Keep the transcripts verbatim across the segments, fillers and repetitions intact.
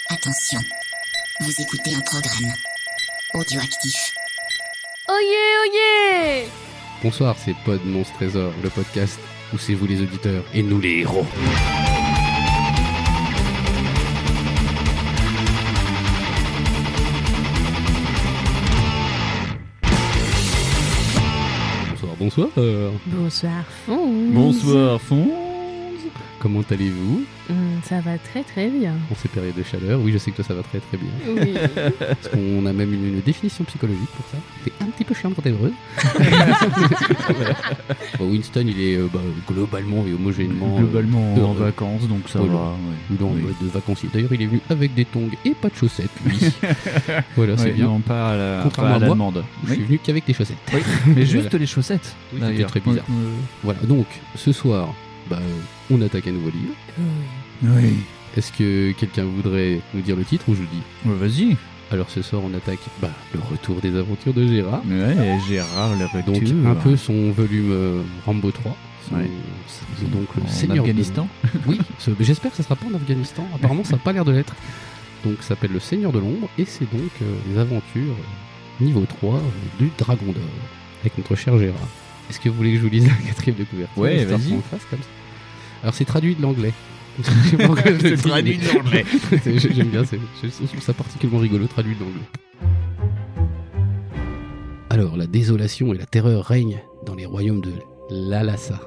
Attention, vous écoutez un programme audioactif. Oyez, oyez! Bonsoir, c'est Pod Monstre Trésor, le podcast où c'est vous les auditeurs et nous les héros. Bonsoir, bonsoir. Bonsoir, Fonz. Bonsoir, Fonz. Comment allez-vous? Hum, ça va très très bien. En ces périodes de chaleur, oui, je sais que toi ça va très très bien. Oui. Parce qu'on a même une, une définition psychologique pour ça. T'es un petit peu chiant quand t'es heureux. Bon, Winston, il est euh, bah, globalement et homogènement. Globalement euh, en heureux. vacances, donc ça Oui, va. non. Ouais. Il est en Oui. mode de vacancier. D'ailleurs, il est venu avec des tongs et pas de chaussettes, lui. Voilà, c'est Ouais, bien. non, pas à la, Contrairement pas à à la moi, demande. Je suis Oui. venu qu'avec des chaussettes. Oui. Mais juste les chaussettes. Oui, c'était d'ailleurs. très bizarre. Euh, Voilà, donc ce soir, bah, euh, on attaque un nouveau livre. Oui. Est-ce que quelqu'un voudrait nous dire le titre ou je le dis? Ouais, vas-y. Alors ce soir, on attaque bah, le retour des aventures de Gérard. Ouais, Gérard, le retour. Donc un peu son volume euh, Rambo trois. Son- Ouais. c'est donc le en Seigneur de- Afghanistan. Oui, ce- j'espère que ça sera pas en Afghanistan. Apparemment, ça n'a pas l'air de l'être. Donc ça s'appelle le Seigneur de l'ombre et c'est donc euh, les aventures euh, niveau trois euh, du Dragon d'or avec notre cher Gérard. Est-ce que vous voulez que je vous lise la quatrième de couverture? Ouais, histoire vas-y. qu'on le fasse comme ça. Alors c'est traduit de l'anglais. Je sais pas pourquoi je le dis, mais- de l'anglais. C'est- J'aime bien, c'est- je trouve ça particulièrement rigolo, traduit de l'anglais. Alors, la désolation et la terreur règnent dans les royaumes de Lalassa.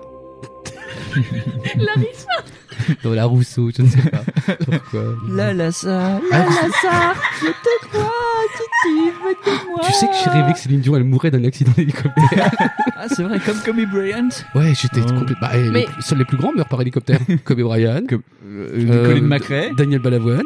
Larissa! Dans la Rousseau, je ne sais pas pourquoi. Là, là, ça. Ah, vous- Larissa! Je te crois, Titi, mettez-moi! Tu sais que j'ai rêvé que Céline Dion elle mourrait d'un accident d'hélicoptère. Ah, c'est vrai, comme Kobe Bryant. Ouais, j'étais Oh. complètement. Bah, eh, Mais- les plus- seuls les plus grands meurent par hélicoptère. Kobe Bryant, Comme, euh, Colin McRae. Daniel Balavoine.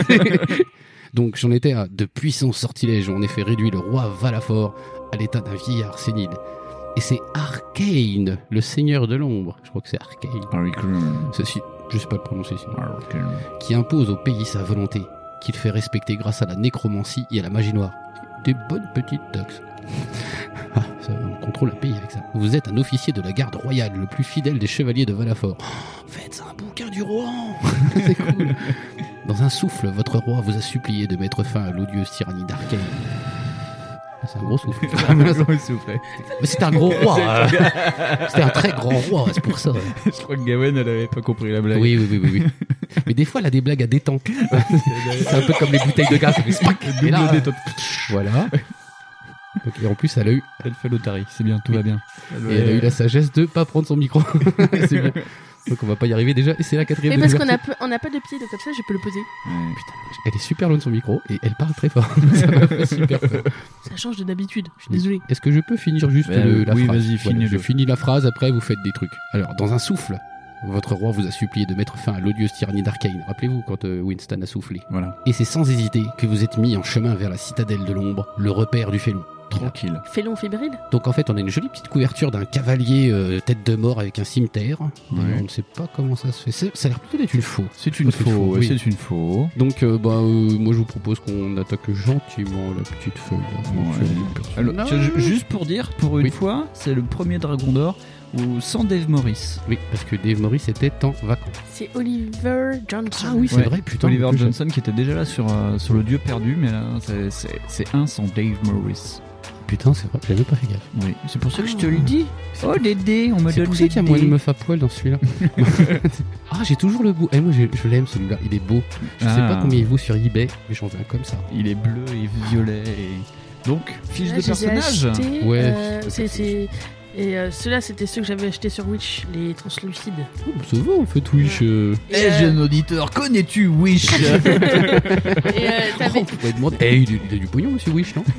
Donc j'en étais à de puissants sortilèges ont en effet réduit le roi Valafor à l'état d'un vieillard sénile. Et c'est Arcane, le seigneur de l'ombre, je crois que c'est Arcane, ceci, je sais pas le prononcer sinon, qui impose au pays sa volonté, qu'il fait respecter grâce à la nécromancie et à la magie noire. Des bonnes petites tox. Ah, ça, on contrôle un pays avec ça. Vous êtes un officier de la garde royale, le plus fidèle des chevaliers de Valafor. Oh, faites un bouquin du roi. C'est cool. Dans un souffle, votre roi vous a supplié de mettre fin à l'odieuse tyrannie d'Arcane. C'est un gros souffle. Mais c'était un gros roi. hein. C'était un très grand roi, c'est pour ça. Je crois que Gawen, elle avait pas compris la blague. Oui, oui, oui, oui, oui. Mais des fois, elle a des blagues à détente. C'est un peu comme les bouteilles de gaz. Ça fait spac. Et là, Double détente. voilà. Donc, et en plus, elle a eu, Elle fait l'otarie, c'est bien, tout va bien. et elle a eu la sagesse de pas prendre son micro. C'est bien. Donc on va pas y arriver déjà. Et c'est la quatrième. Mais de parce qu'on couverture. a, peu- on a pas de pied, donc comme ça, je peux le poser. Ouais. Putain, elle est super loin de son micro et elle parle très fort. Ça m'a fait super peur. Ça change de d'habitude, je suis désolée. Est-ce que je peux finir juste Bah, le- la oui, phrase? vas-y, Voilà, finis-le. je finis la phrase, après vous faites des trucs. Alors, dans un souffle, votre roi vous a supplié de mettre fin à l'odieuse tyrannie d'Arcane. Rappelez-vous quand euh, Winston a soufflé. Voilà, Et c'est sans hésiter que vous êtes mis en chemin vers la citadelle de l'ombre, le repère du félon. tranquille. Félon fébrile? Donc en fait, on a une jolie petite couverture d'un cavalier euh, tête de mort avec un cimetière. Ouais. Et on ne sait pas comment ça se fait. C'est- Ça a l'air plutôt d'être une faux. C'est une C'est une faux, faux, ouais, oui. c'est une faux. Donc euh, bah, euh, moi je vous propose qu'on attaque gentiment la petite feuille. Ouais. Alors, Non. tiens, ju- juste pour dire, pour une Oui. fois, c'est le premier Dragon d'Or où sans Dave Morris. Oui, parce que Dave Morris était en vacances. C'est Oliver Johnson. Ah oui, c'est Ouais. vrai, putain. Oliver en plus, Johnson qui était déjà là sur, euh, sur le Dieu perdu, mais là, c'est- c'est c'est un sans Dave Morris. Putain, c'est vrai, j'avais pas fait gaffe. Oui, c'est pour ça que je te le dis. Oh, Dédé, on me C'est donne pour ça des qu'il y a moins de dés. meufs à poil dans celui-là. Ah, j'ai toujours le goût. Et moi, j'ai- je l'aime celui-là, il est beau. Je sais Ah. pas combien il vaut sur eBay, mais j'en veux un comme ça. Il est bleu et violet. Et... Donc, fiche Là, de je les ai personnage. achetés, Ouais, euh, fiche de c'est- c'est- Et euh, ceux-là, c'était ceux que j'avais achetés sur Wish, les translucides. Oh, bah, ça va, on fait Twitch. Euh... Eh, jeune auditeur, connais-tu Wish? Et euh, Oh, t'avais- on pourrait demander. Eh, il, il a du pognon, monsieur Wish, non?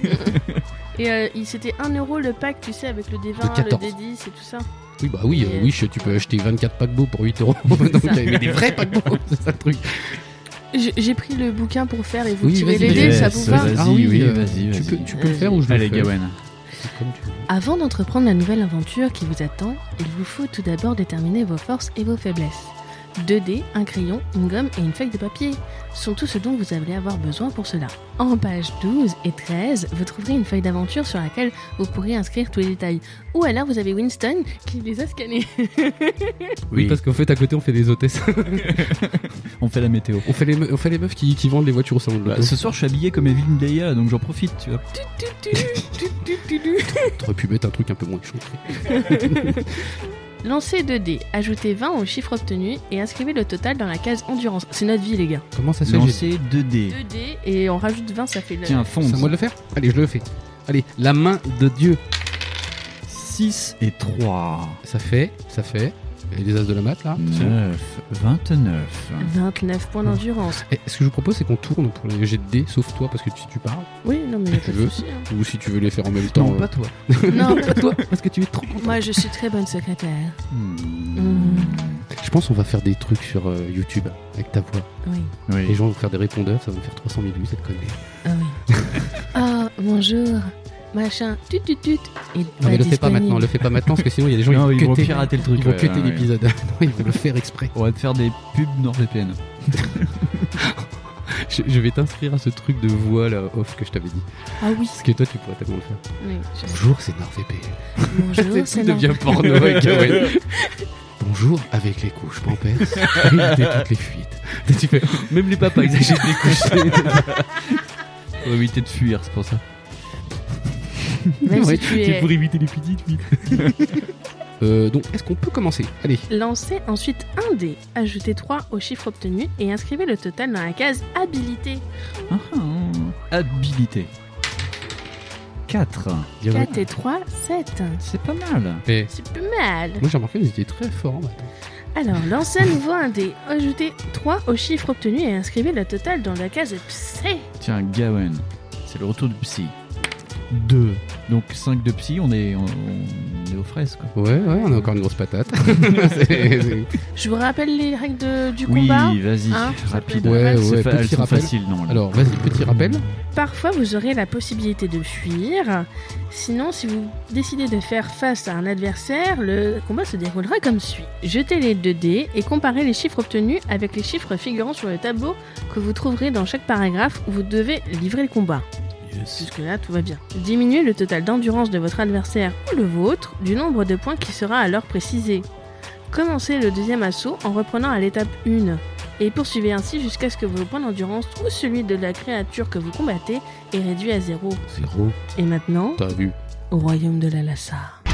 et euh, il- c'était un euro le pack, tu sais, avec le D vingt, Le quatorze. le D dix et tout ça. Oui, bah oui, Et- euh, Wish, tu peux acheter vingt-quatre paquebots pour huit euros. Donc, ça. mais des vrais paquebots, c'est ça le truc. J'ai j'ai pris le bouquin pour faire et vous Oui, tirez vas-y, les dés, yes, ça vous va? vas-y, Ah oui, oui, euh, vas-y, Tu vas-y. peux, tu peux le faire ou je le Allez, fais? Gawen. C'est comme tu veux. Avant d'entreprendre la nouvelle aventure qui vous attend, il vous faut tout d'abord déterminer vos forces et vos faiblesses. deux dés, un crayon, une gomme et une feuille de papier. sont tout ce dont vous allez avoir besoin pour cela. En pages douze et treize, vous trouverez une feuille d'aventure sur laquelle vous pourrez inscrire tous les détails. Ou alors vous avez Winston qui les a scannés. Oui, parce qu'en fait, à côté, on fait des hôtesses. On fait la météo. on, fait les me- on fait les meufs qui, qui vendent les voitures au salon de Bah, l'auto. ce soir, je suis habillé comme Evelyne Delia, donc j'en profite, tu vois. T'aurais pu mettre un truc un peu moins chaud. Lancez deux dés, ajoutez vingt au chiffre obtenu et inscrivez le total dans la case endurance. C'est notre vie les gars. Comment ça se fait? j'ai- Lancer deux dés. deux dés et on rajoute vingt, ça fait le... Tiens, C'est à fonce. moi de le faire? Allez, je le fais. Allez, la main de Dieu. six et trois. Ça fait, ça fait. Et les as de la mat là. neuf. vingt-neuf. vingt-neuf points d'endurance. Et ce que je vous propose, c'est qu'on tourne pour les jets de dés, sauf toi, parce que tu, tu parles. Oui, non mais y a pas Tu de veux souci. hein. Ou si tu veux les faire en même temps. Non, euh, pas toi. Non, pas toi, parce que tu es trop content. moi je suis très bonne secrétaire. Hmm. Je pense qu'on va faire des trucs sur euh, YouTube avec ta voix. Oui, Les Oui. gens vont faire des répondeurs, ça va me faire trois cent mille vues cette connerie. ah oui. Ah, bonjour, machin, tut tut tut. Et Non mais le fais pas disponible. maintenant, le fais pas maintenant parce que sinon il y a des gens Non, qui ils vont cutter- pirater le truc. Ils vont ouais, cutter ouais, ouais. l'épisode. Non, ils vont le faire exprès. On va te faire des pubs NordVPN. Je, je vais t'inscrire à ce truc de voix là off que je t'avais dit. Ah oui, Parce que toi tu pourrais tellement le faire. oui je sais. Bonjour, c'est NordVPN. Bonjour, c'est Tout devient Nord. porno avec Gawain. Bonjour, avec les couches pampers, évitez toutes les fuites. Tu fais, même les papas ils achètent des couches. Pour éviter de fuir, c'est pour ça. Même Ouais, si tu c'est es... pour éviter les petites fuites. euh, donc, est-ce qu'on peut commencer? Allez. Lancez ensuite un dé, ajoutez trois au chiffre obtenu et inscrivez le total dans la case habilité. Ah, ah. Habilité. quatre. quatre et trois, sept. C'est pas mal. Mais C'est pas mal. moi j'ai remarqué qu'ils étaient très forts en maths. Alors, lancez à nouveau un dé, ajoutez trois au chiffre obtenu et inscrivez le total dans la case psy. Tiens, Gawain, c'est le retour du psy. deux. Donc cinq de psy, on est, on, on est aux fraises, quoi. Ouais, ouais, on a encore une grosse patate. C'est- c'est- Je vous rappelle les règles de- du Oui, combat. vas-y, Hein, rapide. Ouais, Elles ouais, sont fa- petit elles sont rappel. faciles, non. là. Alors, vas-y, petit rappel. Parfois, vous aurez la possibilité de fuir. Sinon, si vous décidez de faire face à un adversaire, le combat se déroulera comme suit. Jetez les deux dés et comparez les chiffres obtenus avec les chiffres figurant sur le tableau que vous trouverez dans chaque paragraphe où vous devez livrer le combat. Jusque-là, tout va bien. Diminuez le total d'endurance de votre adversaire ou le vôtre du nombre de points qui sera alors précisé. Commencez le deuxième assaut en reprenant à l'étape un et poursuivez ainsi jusqu'à ce que vos points d'endurance ou celui de la créature que vous combattez est réduit à zéro. Zéro, Et maintenant, t'as vu. au royaume de l'Alassa.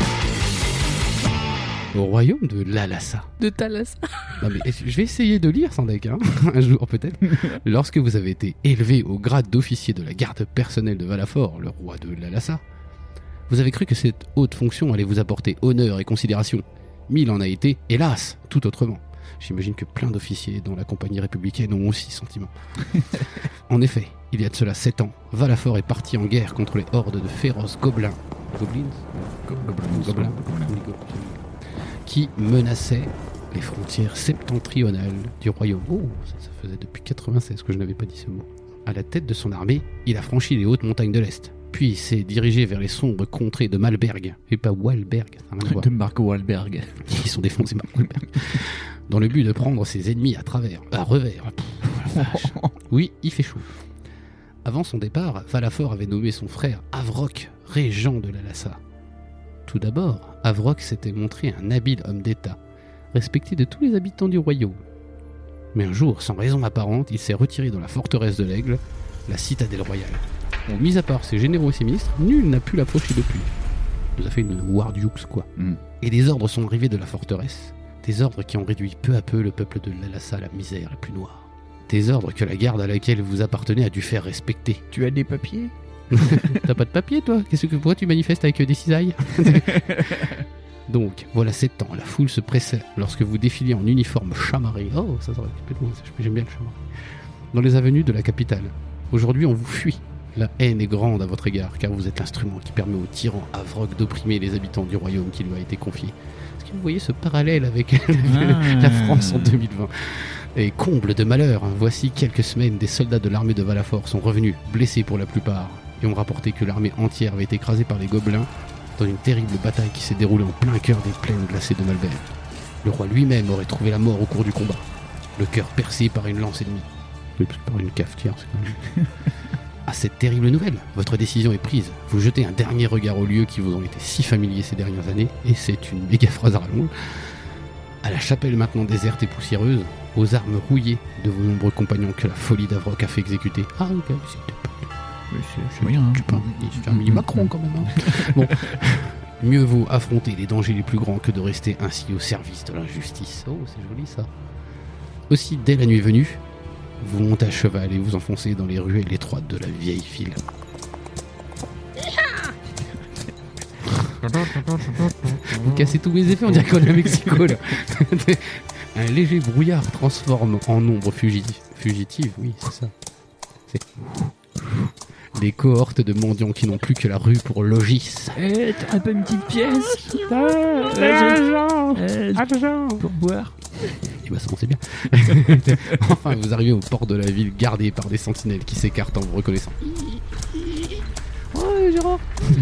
Au royaume de l'Alassa. De Thalassa. Non mais je vais essayer de lire sans deck, hein, un jour peut-être. Lorsque vous avez été élevé au grade d'officier de la garde personnelle de Valafort, le roi de l'Alassa, vous avez cru que cette haute fonction allait vous apporter honneur et considération. Mais il en a été, hélas, tout autrement. J'imagine que plein d'officiers dans la compagnie républicaine ont aussi ce sentiment. En effet, il y a de cela sept ans, Valafort est parti en guerre contre les hordes de féroces gobelins. Goblins Gobelins Gobelins qui menaçaient les frontières septentrionales du royaume. Oh, ça, ça faisait depuis quatre-vingt-seize que je n'avais pas dit ce mot. À la tête de son armée, il a franchi les hautes montagnes de l'Est, puis il s'est dirigé vers les sombres contrées de Malberg, et pas Walberg, ça n'a rien à voir. De Marco Wahlberg. Ils sont défoncés, Mark Wahlberg. Dans le but de prendre ses ennemis à travers, à revers. Pff, la vache. Oui, il fait chaud. Avant son départ, Valafort avait nommé son frère Avroc, régent de l'Alassa. Tout d'abord, Avroc s'était montré un habile homme d'État, respecté de tous les habitants du royaume. Mais un jour, sans raison apparente, il s'est retiré dans la forteresse de l'Aigle, la citadelle royale. Bon, mis à part ses généraux et ses ministres, nul n'a pu l'approcher depuis. Il nous a fait une war du Hux, quoi. Mm. Et des ordres sont arrivés de la forteresse, des ordres qui ont réduit peu à peu le peuple de l'Alassa à la misère la plus noire. Des ordres que la garde à laquelle vous appartenez a dû faire respecter. Tu as des papiers? T'as pas de papier, toi? Qu'est-ce que pourquoi tu manifestes avec euh, des cisailles? Donc, voilà sept ans, la foule se pressait lorsque vous défiliez en uniforme chamarré. Oh, ça aurait pu être loin, ça, j'aime bien le chamarré. Dans les avenues de la capitale. Aujourd'hui, on vous fuit. La haine est grande à votre égard, car vous êtes l'instrument qui permet au tyran Avroc d'opprimer les habitants du royaume qui lui a été confié. Est-ce que vous voyez ce parallèle avec Ah. la France en deux mille vingt? Et comble de malheur, voici quelques semaines, des soldats de l'armée de Valafort sont revenus, blessés pour la plupart, et ont rapporté que l'armée entière avait été écrasée par les gobelins dans une terrible bataille qui s'est déroulée en plein cœur des plaines glacées de Malberg. Le roi lui-même aurait trouvé la mort au cours du combat, le cœur percé par une lance ennemie. Oui, parce que par une cafetière, c'est quand même... À cette terrible nouvelle, votre décision est prise. Vous jetez un dernier regard aux lieux qui vous ont été si familiers ces dernières années, et c'est une méga phrase à rallonge. À la chapelle maintenant déserte et poussiéreuse, aux armes rouillées de vos nombreux compagnons que la folie d'Avroc a fait exécuter. Ah, ok, c'était pas... Oui, c'est, c'est moyen. Hein. Tu parles, c'est un mini Macron quand même. Hein. Bon, mieux vaut affronter les dangers les plus grands que de rester ainsi au service de l'injustice. Oh, c'est joli ça. Aussi, dès la nuit venue, vous montez à cheval et vous enfoncez dans les ruelles étroites de la vieille ville. Vous cassez tous mes effets, on dirait qu'on est à Mexico là. Un léger brouillard transforme en ombre fugitive. Fugitive, oui, c'est ça. C'est... Des cohortes de mendiants qui n'ont plus que la rue pour logis. Eh, t'aurais pas une petite pièce Argent pour boire? Et bah ça on sait bien. Enfin vous arrivez au port de la ville gardé par des sentinelles qui s'écartent en vous reconnaissant. Oh Gérard.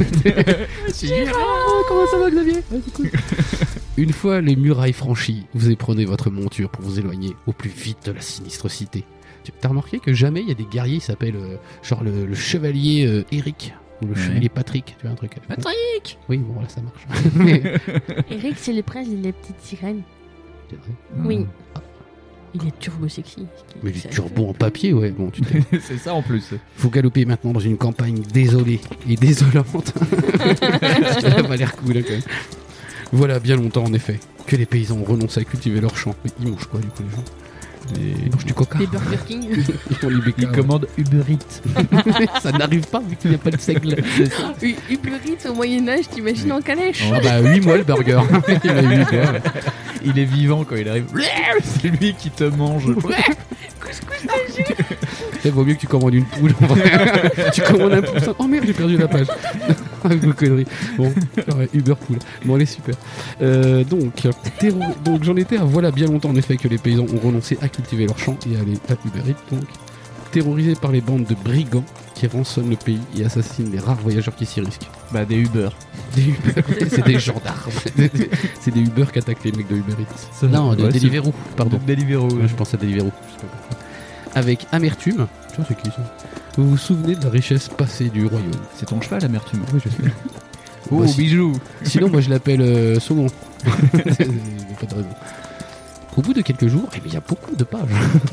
C'est Gérard. Comment ça va Xavier? Ouais, c'est cool. Une fois les murailles franchies, vous éprenez votre monture pour vous éloigner au plus vite de la sinistre cité. Tu as remarqué que jamais il y a des guerriers qui s'appellent euh, genre le, le chevalier euh, Eric ou le ouais. chevalier Patrick, tu vois un truc. Patrick. Oui bon là ça marche. Mais... Eric c'est le prince des petites sirènes. C'est vrai. Oui. Ah. Il est turbo sexy. Mais il est turbo en papier, ouais. Bon, tu c'est ça en plus. Vous galopez maintenant dans une campagne désolée et désolante. Ça n'a pas l'air cool, là, quand même. Voilà, bien longtemps, en effet, que les paysans ont renoncé à cultiver leurs champs. Ils mangent quoi, du coup, les gens? Ils mangent du coca. Des Burger King. Ils font les bécas, Ils ouais. commandent Uber Eats. Ça n'arrive pas vu qu'il n'y a pas de seigle. C'est ça. Uber Eats au Moyen-Âge, t'imagines en calèche? Ah bah huit mois le burger. Il a huit mois, ouais. Il est vivant quand il arrive. C'est lui qui te mange. Couscous de jus. Il vaut mieux que tu commandes une poule. Tu commandes un poussin. Oh merde, j'ai perdu la page. Avec vos conneries. Bon, ouais, Uber poule. Bon, allez, super. Euh, donc, terro... donc, j'en étais à voilà bien longtemps en effet que les paysans ont renoncé à cultiver leurs champs et à aller à Uber Eats. Donc, terrorisés par les bandes de brigands qui rançonnent le pays et assassinent les rares voyageurs qui s'y risquent. Bah, des Uber. Des Uber. C'est des gendarmes. C'est des Uber qui attaquent les mecs de Uber Eats. Ça, non, de ouais, Deliveroo, pardon. Deliveroo. Ouais, je pense à Deliveroo. Je sais pas pourquoi. Avec amertume, tu vois c'est qui ça? Vous vous souvenez de la richesse passée du royaume? C'est ton cheval, amertume. Oui, je sais. Oh, bah, si... bijou. Sinon, moi je l'appelle euh, saumon. Il n'y a pas de raison. Au bout de quelques jours, eh bien, il y a beaucoup de pages.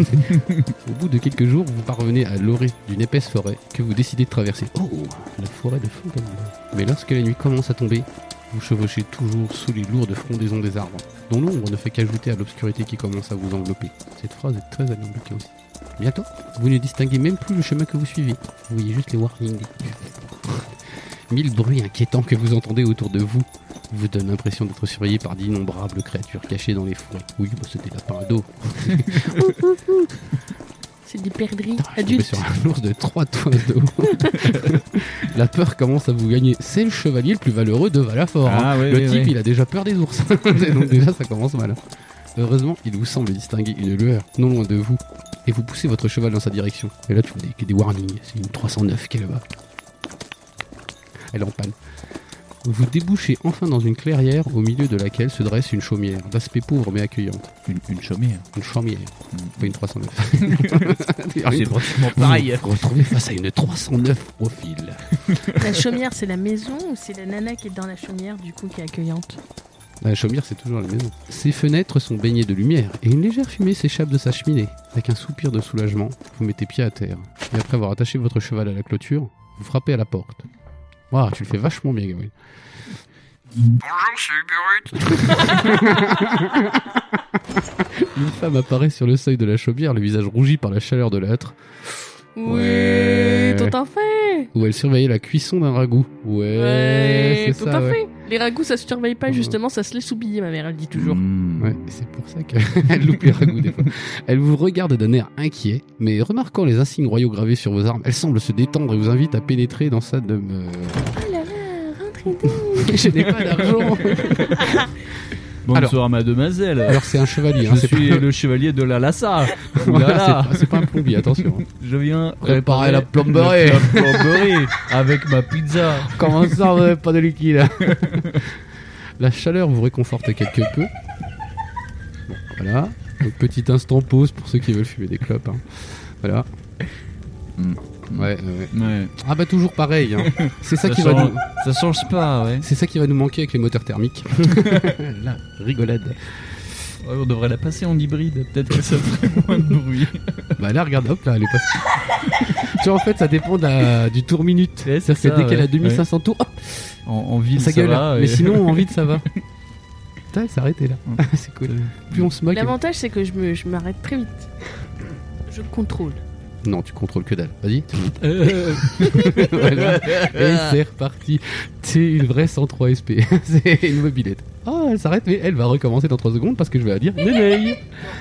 Au bout de quelques jours, vous parvenez à l'orée d'une épaisse forêt que vous décidez de traverser. Oh, la forêt de Fontainebleau. Mais lorsque la nuit commence à tomber, vous chevauchez toujours sous les lourdes frondaisons des arbres, dont l'ombre ne fait qu'ajouter à l'obscurité qui commence à vous envelopper. Cette phrase est très alambiquée aussi. Bientôt, vous ne distinguez même plus le chemin que vous suivez. Vous voyez juste les warnings. Mille bruits inquiétants que vous entendez autour de vous vous donnent l'impression d'être surveillé par d'innombrables créatures cachées dans les forêts. Oui, bah, c'est des lapins à dos. C'est des perdrix adultes. adultes. Sur un ours de trois toits d'eau. La peur commence à vous gagner. C'est le chevalier le plus valeureux de Valafort. Ah, hein. oui, le oui, type, oui. il a déjà peur des ours. Donc déjà, ça commence mal. Heureusement, il vous semble distinguer une lueur non loin de vous. Et vous poussez votre cheval dans sa direction. Et là, tu vois des, des warnings. C'est une trois cent neuf qui est là-bas. Elle est en panne. Vous débouchez enfin dans une clairière au milieu de laquelle se dresse une chaumière, d'aspect pauvre mais accueillante. Une, une chaumière. Une chaumière, mmh. Pas une trois cent neuf. C'est pratiquement pareil. Vous vous retrouvez face à une trois cent neuf profil. La chaumière, c'est la maison ou c'est la nana qui est dans la chaumière, du coup, qui est accueillante? La chaumière, c'est toujours la maison. Ses fenêtres sont baignées de lumière et une légère fumée s'échappe de sa cheminée. Avec un soupir de soulagement, vous mettez pied à terre. Et après avoir attaché votre cheval à la clôture, vous frappez à la porte. Waouh, tu le fais vachement bien, Gabriel. Bonjour, c'est Uber Eats. Une femme apparaît sur le seuil de la chaumière, le visage rougi par la chaleur de l'âtre. Oui, Ouais. tout à fait. Où elle surveillait la cuisson d'un ragoût. Ouais, Ouais, c'est tout ça, à ouais. fait. Les ragoûts, ça se surveille pas, Ouais. justement, ça se laisse oublier, ma mère, elle dit toujours. Mmh. Ouais, et c'est pour ça qu'elle loupe les ragoûts des fois. Elle vous regarde d'un air inquiet, mais remarquant les insignes royaux gravés sur vos armes, elle semble se détendre et vous invite à pénétrer dans sa demeure. Oh là là, rentrez donc. Je n'ai pas d'argent. Bonsoir, mademoiselle. Alors c'est un chevalier. Je Hein, c'est suis pas... le chevalier de la Lassa. Voilà, Oulala. c'est pas, c'est pas un plombier, attention. Je viens Réparer la plomberie. La plomberie avec ma pizza. Comment ça, vous n'avez pas de liquide? La chaleur vous réconforte quelque peu. Bon, voilà. Donc, petit instant pause pour ceux qui veulent fumer des clopes. Hein. Voilà. Mm. Ouais, ouais, ouais. Ouais. Ah bah toujours pareil. Hein. C'est ça, Ça qui va change, nous... ça change pas, ouais. C'est ça qui va nous manquer avec les moteurs thermiques. La rigolade. Ouais, on devrait la passer en hybride, peut-être que ça ferait moins de bruit. Bah là, regarde, hop là, elle est passée. Tu vois, en fait, ça dépend de la- du tour minute. Ouais, c'est C'est-à-dire que ça, dès qu'elle a ouais. deux mille cinq cents tours, hop, En, en ville, ça ça, gueule. va. Mais et- sinon, en vide, ça va. Putain, elle s'est arrêtée là. C'est cool. Plus on se moque. L'avantage, c'est que je me, je m'arrête très vite. Je contrôle. Non, tu contrôles que dalle. Vas-y. Euh, Voilà. Et c'est reparti. C'est une vraie cent trois S P. C'est une mobilette. Oh, elle s'arrête, mais elle va recommencer dans trois secondes parce que je vais la dire Nénéi.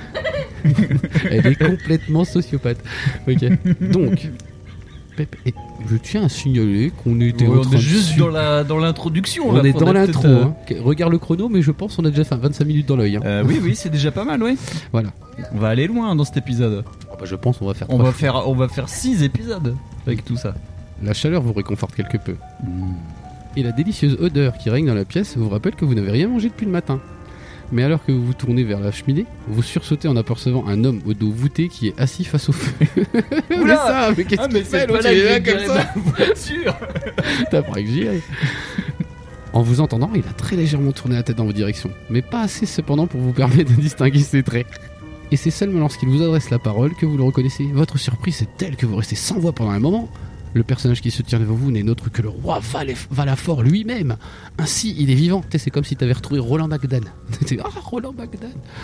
Elle est complètement sociopathe. Ok. Donc, Pep, et je tiens à signaler qu'on était ouais, en on train est de juste su- dans la dans l'introduction. On là, est faudrait dans peut-être, l'intro. euh, Hein. Ok, regarde le chrono, mais je pense qu'on a déjà fait vingt-cinq minutes dans l'œil. Hein. euh, oui, oui, c'est déjà pas mal, ouais. Voilà. On va aller loin dans cet épisode. Oh, bah, je pense qu'on va faire. On trois va fois. faire, on va faire six épisodes avec tout ça. La chaleur vous réconforte quelque peu. Et la délicieuse odeur qui règne dans la pièce vous rappelle que vous n'avez rien mangé depuis le matin. Mais alors que vous vous tournez vers la cheminée, vous sursautez en apercevant un homme au dos voûté qui est assis face au feu. Mais Oula ça, mais qu'est-ce Ah, mais qu'il c'est fait pas l'autre, là il que est là je comme dirais ça. ma voiture. T'as pas que j'y aille. En vous entendant, il a très légèrement tourné la tête dans vos directions, mais pas assez cependant pour vous permettre de distinguer ses traits. Et c'est seulement lorsqu'il vous adresse la parole que vous le reconnaissez. Votre surprise est telle que vous restez sans voix pendant un moment. Le personnage qui se tient devant vous n'est autre que le roi Val- Valafort lui-même. Ainsi, il est vivant. Tu sais, c'est comme si t'avais retrouvé Roland McDan. T'es, ah, Roland McDan.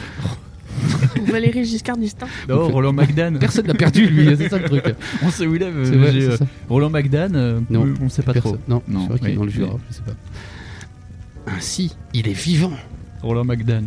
Valérie Giscard d'Estaing. Non, Roland McDan. Personne n'a perdu, lui. C'est ça le truc. On sait où il est. euh, C'est vrai, j'ai, c'est euh, ça. Roland McDan. euh, Non, on sait pas Personne. trop. Non, Non, c'est vrai qu'il est oui, dans le Jura. oui. Je sais pas. Ainsi, il est vivant. Roland McDan.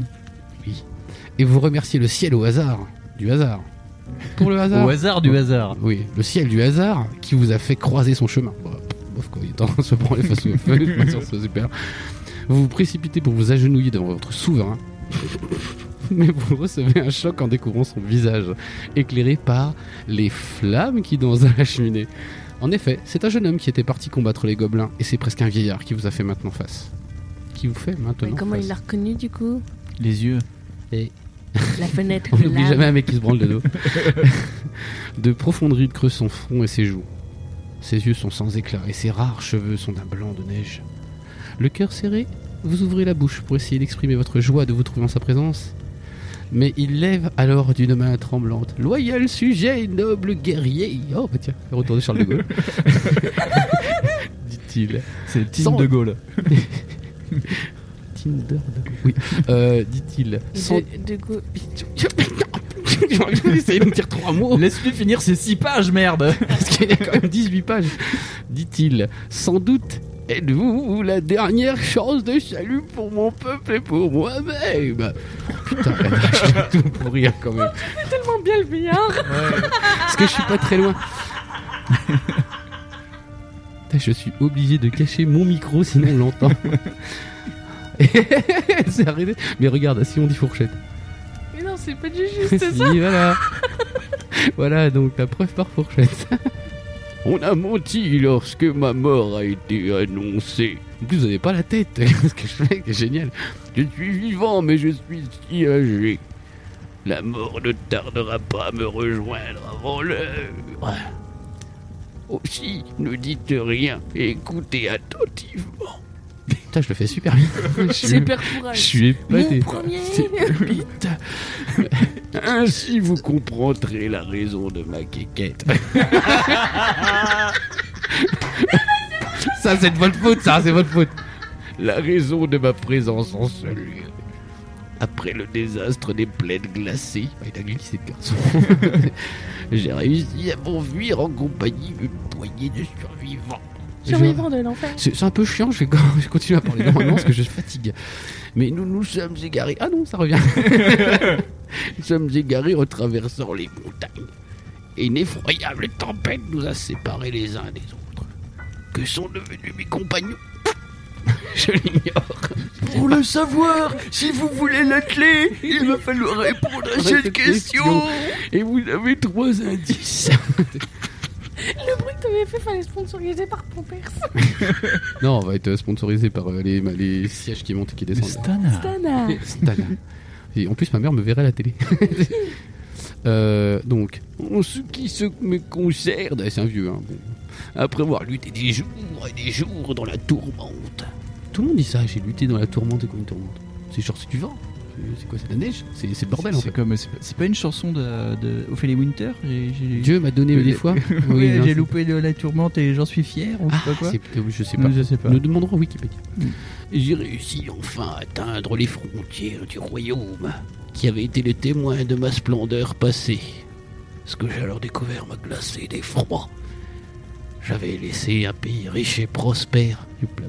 Et vous remerciez le ciel au hasard. Du hasard. Pour le hasard. Au hasard du hasard. Oui, le ciel du hasard qui vous a fait croiser son chemin. Bon, bof, quand il est en train de se branler face au feu, je suis pas sûr que c'est super. Vous vous précipitez pour vous agenouiller devant votre souverain. Mais vous recevez un choc en découvrant son visage, éclairé par les flammes qui dansent à la cheminée. En effet, c'est un jeune homme qui était parti combattre les gobelins, et c'est presque un vieillard qui vous a fait maintenant face. Qui vous fait maintenant Mais comment face. il l'a reconnu du coup? Les yeux. Et La fenêtre on de n'oublie l'âme. jamais un mec qui se branle de dos. De profondes rides creusent son front et ses joues. Ses yeux sont sans éclat et ses rares cheveux sont d'un blanc de neige. Le cœur serré, vous ouvrez la bouche pour essayer d'exprimer votre joie de vous trouver en sa présence. Mais il lève alors d'une main tremblante. Loyal sujet, noble guerrier. Oh bah tiens, le retour de Charles de Gaulle. Dit-il. C'est Tim Sans- de Gaulle. Tinder de Gaulle. Oui. Euh, dit-il. Sans... De, de go- J'ai essayé de me dire trois mots. Laisse-lui finir ses six pages, merde. Parce qu'il y a quand même dix-huit pages. Dit-il, sans doute êtes-vous la dernière chance de salut pour mon peuple et pour moi-même. Putain, la vache, j'ai tout pour rire quand même. tellement bien le billard. Parce que je suis pas très loin. Putain, je suis obligé de cacher mon micro sinon on l'entend. C'est arrêté. Mais regarde, si on dit fourchette. Mais non, c'est pas du juste, c'est Si, ça. voilà. Voilà, donc la preuve par fourchette. On a menti lorsque ma mort a été annoncée. En plus, vous avez pas la tête. Ce que je fais, c'est génial. Je suis vivant, mais je suis si âgé. La mort ne tardera pas à me rejoindre avant l'heure. Aussi, ne dites rien et écoutez attentivement. Putain, je le fais super bien. Je suis- C'est père je courage. suis épaté. Mon premier. C'est vite. Ainsi vous comprendrez la raison de ma quéquette. Ça c'est de votre faute, ça c'est votre faute. La raison de ma présence en ce lieu. Après le désastre des plaines glacées, ah, il a glissé le garçon. J'ai réussi à m'enfuir en compagnie d'une poignée de survivants. Survivant de l'enfer. C'est c'est un peu chiant, je vais, je vais continuer à parler normalement parce que je fatigue. Mais nous nous sommes égarés. Ah non, ça revient. Nous sommes égarés en traversant les montagnes. Et une effroyable tempête nous a séparés les uns des autres. Que sont devenus mes compagnons? Je l'ignore. Pour le savoir, si vous voulez la clé, il va falloir répondre à cette cette question. question. Et vous avez trois indices. Le bruit que t'avais fait fallait sponsoriser par Pampers. Non, on va être sponsorisé par euh, les, les sièges qui montent et qui descendent. Stana. Stana. Stana. Et en plus, ma mère me verrait à la télé. Euh, donc, en ce qui se me concerne, c'est un vieux, hein, bon. Après avoir lutté des jours et des jours dans la tourmente. Tout le monde dit ça, j'ai lutté dans la tourmente. C'est quoi une tourmente? C'est genre c'est du vent. C'est quoi, c'est la neige? C'est, c'est le bordel c'est, en c'est fait. Comme, c'est, pas, c'est pas une chanson de, de Ophélie Winter j'ai, j'ai... Dieu m'a donné des fois. Oui, Oui, non, j'ai c'est... loupé de la tourmente et j'en suis fier. Ou Ah, je sais pas quoi. c'est... je sais pas. Non, je sais pas. Nous demanderons à Wikipédia. Mm. J'ai réussi enfin à atteindre les frontières du royaume, qui avait été le témoin de ma splendeur passée. Ce que j'ai alors découvert m'a glacé d'effroi. J'avais laissé un pays riche et prospère.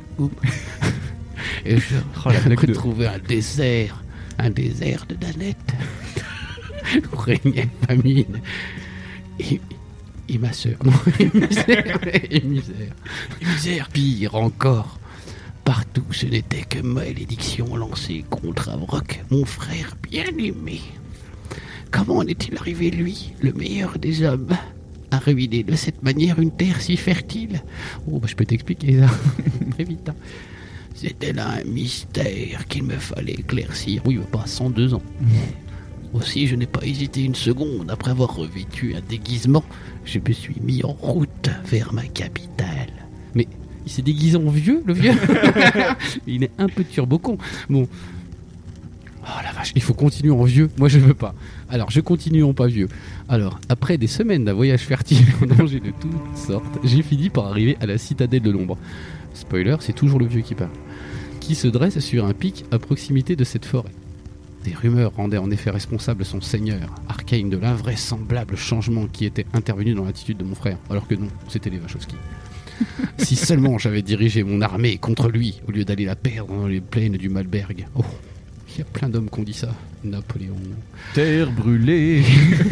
Et je Oh, la blague de- retrouvais un désert, un désert de Danette, où régnait famine. Et, et ma sœur, non, et misère, et misère, et misère, pire encore. Partout, ce n'était que malédiction lancée contre Avroc, mon frère bien-aimé. Comment en est-il arrivé, lui, le meilleur des hommes, à ruiner de cette manière une terre si fertile? Oh, bah, je peux t'expliquer ça, très vite. Hein. C'était là un mystère qu'il me fallait éclaircir. Oui, mais pas à cent deux ans. Aussi, je n'ai pas hésité une seconde. Après avoir revêtu un déguisement, je me suis mis en route vers ma capitale. Mais il s'est déguisé en vieux, le vieux. Il est un peu turbo-con. Bon. Oh la vache, il faut continuer en vieux. Moi, je veux pas. Alors, je continue en pas vieux. Alors, après des semaines d'un voyage fertile en danger de toutes sortes, j'ai fini par arriver à la citadelle de l'ombre. Spoiler, c'est toujours le vieux qui parle. Qui se dresse sur un pic à proximité de cette forêt. Des rumeurs rendaient en effet responsable son seigneur, Arcane, de l'invraisemblable changement qui était intervenu dans l'attitude de mon frère. Alors que non, c'était les Wachowski. Si seulement j'avais dirigé mon armée contre lui, au lieu d'aller la perdre dans les plaines du Malberg. Oh, il y a plein d'hommes qui ont dit ça. Napoléon. Terre brûlée.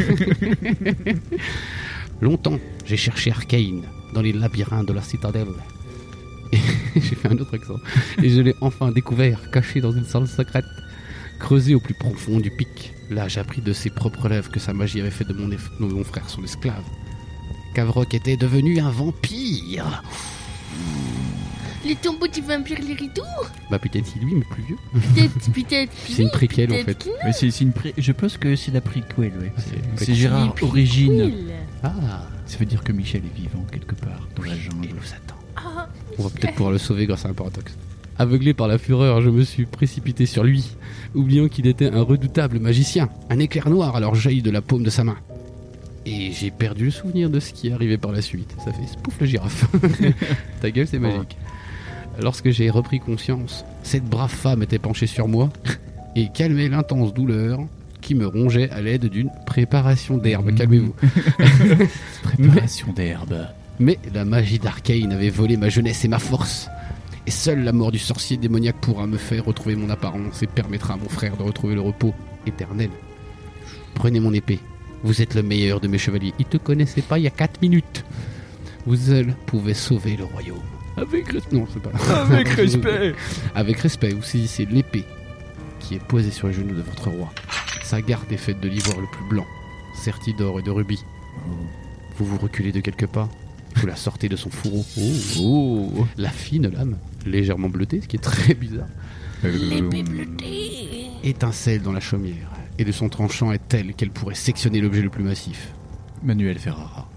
Longtemps, j'ai cherché Arcane dans les labyrinthes de la citadelle. Et j'ai fait un autre accent. Et je l'ai enfin découvert, caché dans une salle secrète, creusée au plus profond du pic. Là, j'ai appris de ses propres lèvres que sa magie avait fait de mon, eff- de mon frère son esclave. Qu'Avroc était devenu un vampire. Les tombeaux du vampire Léridoux? Bah peut-être c'est lui, mais plus vieux. Peut-être, peut-être. C'est une préquelle en peut-être fait. qu'il- Mais c'est, c'est une pré... Je pense que c'est la prequel, ouais. C'est- C'est, c'est- Gérard, Les origine. prequels. Ah, Ça veut dire que Michel est vivant quelque part dans la il jungle. nous attend. Ah, On va peut-être pouvoir le sauver grâce à un paradoxe. Aveuglé par la fureur, je me suis précipité sur lui, oubliant qu'il était un redoutable magicien. Un éclair noir alors jaillit de la paume de sa main. Et j'ai perdu le souvenir de ce qui est arrivé par la suite. Ça fait spouf la girafe. Ta gueule, c'est magique. Lorsque j'ai repris conscience, cette brave femme était penchée sur moi et calmait l'intense douleur qui me rongeait à l'aide d'une préparation d'herbe. Calmez-vous. Préparation d'herbe. Mais la magie d'Arcane avait volé ma jeunesse et ma force. Et seule la mort du sorcier démoniaque pourra me faire retrouver mon apparence et permettra à mon frère de retrouver le repos éternel. Prenez mon épée. Vous êtes le meilleur de mes chevaliers. Ils te connaissaient pas il y a quatre minutes. Vous seul pouvez sauver le royaume. Avec respect. Non, c'est pas là. Avec respect. Avec respect, vous saisissez l'épée qui est posée sur les genoux de votre roi. Sa garde est faite de l'ivoire le plus blanc, serti d'or et de rubis. Vous vous reculez de quelques pas. Vous la sortez de son fourreau. Oh, oh. La fine lame, légèrement bleutée, ce qui est très bizarre, l'épée bleutée. étincelle dans la chaumière. Et de son tranchant est telle qu'elle pourrait sectionner l'objet le plus massif. Manuel Ferrara.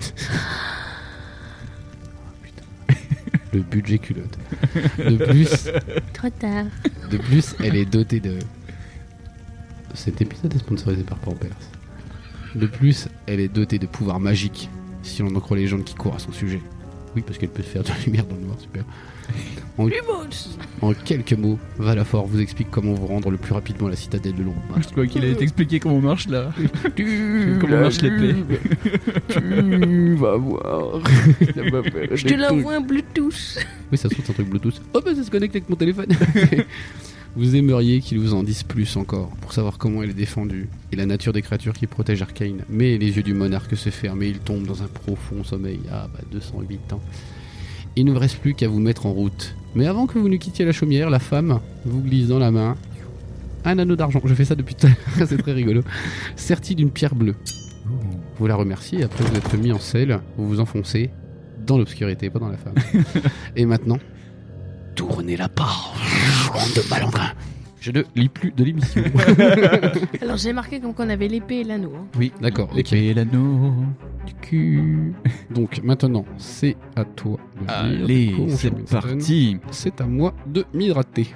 Le budget culotte. De plus, Trop tard. de plus, elle est dotée de... Cet épisode est sponsorisé par Pampers. De plus, elle est dotée de pouvoirs magiques, si l'on en croit les légendes qui courent à son sujet. Oui, parce qu'elle peut faire de la lumière dans le noir, super. En, en quelques mots, Valafort vous explique comment vous rendre le plus rapidement à la citadelle de l'ombre. Je crois qu'il a expliqué comment marche là. Comment marche l'épée. Tu vas voir. Ça va faire Je des te l'envoie un Bluetooth. Oui, ça se trouve, c'est un truc Bluetooth. Oh, bah ça se connecte avec mon téléphone. Vous aimeriez qu'il vous en dise plus encore pour savoir comment elle est défendue et la nature des créatures qui protègent Arcane. Mais les yeux du monarque se ferment et il tombe dans un profond sommeil. Ah, bah deux cent huit ans. Il ne vous reste plus qu'à vous mettre en route. Mais avant que vous ne quittiez la chaumière, la femme vous glisse dans la main un anneau d'argent. Je fais ça depuis tout à l'heure, c'est très rigolo. Serti d'une pierre bleue. Vous la remerciez et après vous êtes mis en selle, vous vous enfoncez dans l'obscurité, pas dans la femme. Et maintenant, tournez la page, bande de malandrins. Je ne lis plus de l'émission. Alors j'ai marqué comme qu'on avait l'épée et l'anneau. Hein. Oui, d'accord. Ok. L'épée et l'anneau du cul. Donc maintenant, c'est à toi. de Allez, lire. Comment c'est je mets ça ? parti. C'est à moi de m'hydrater.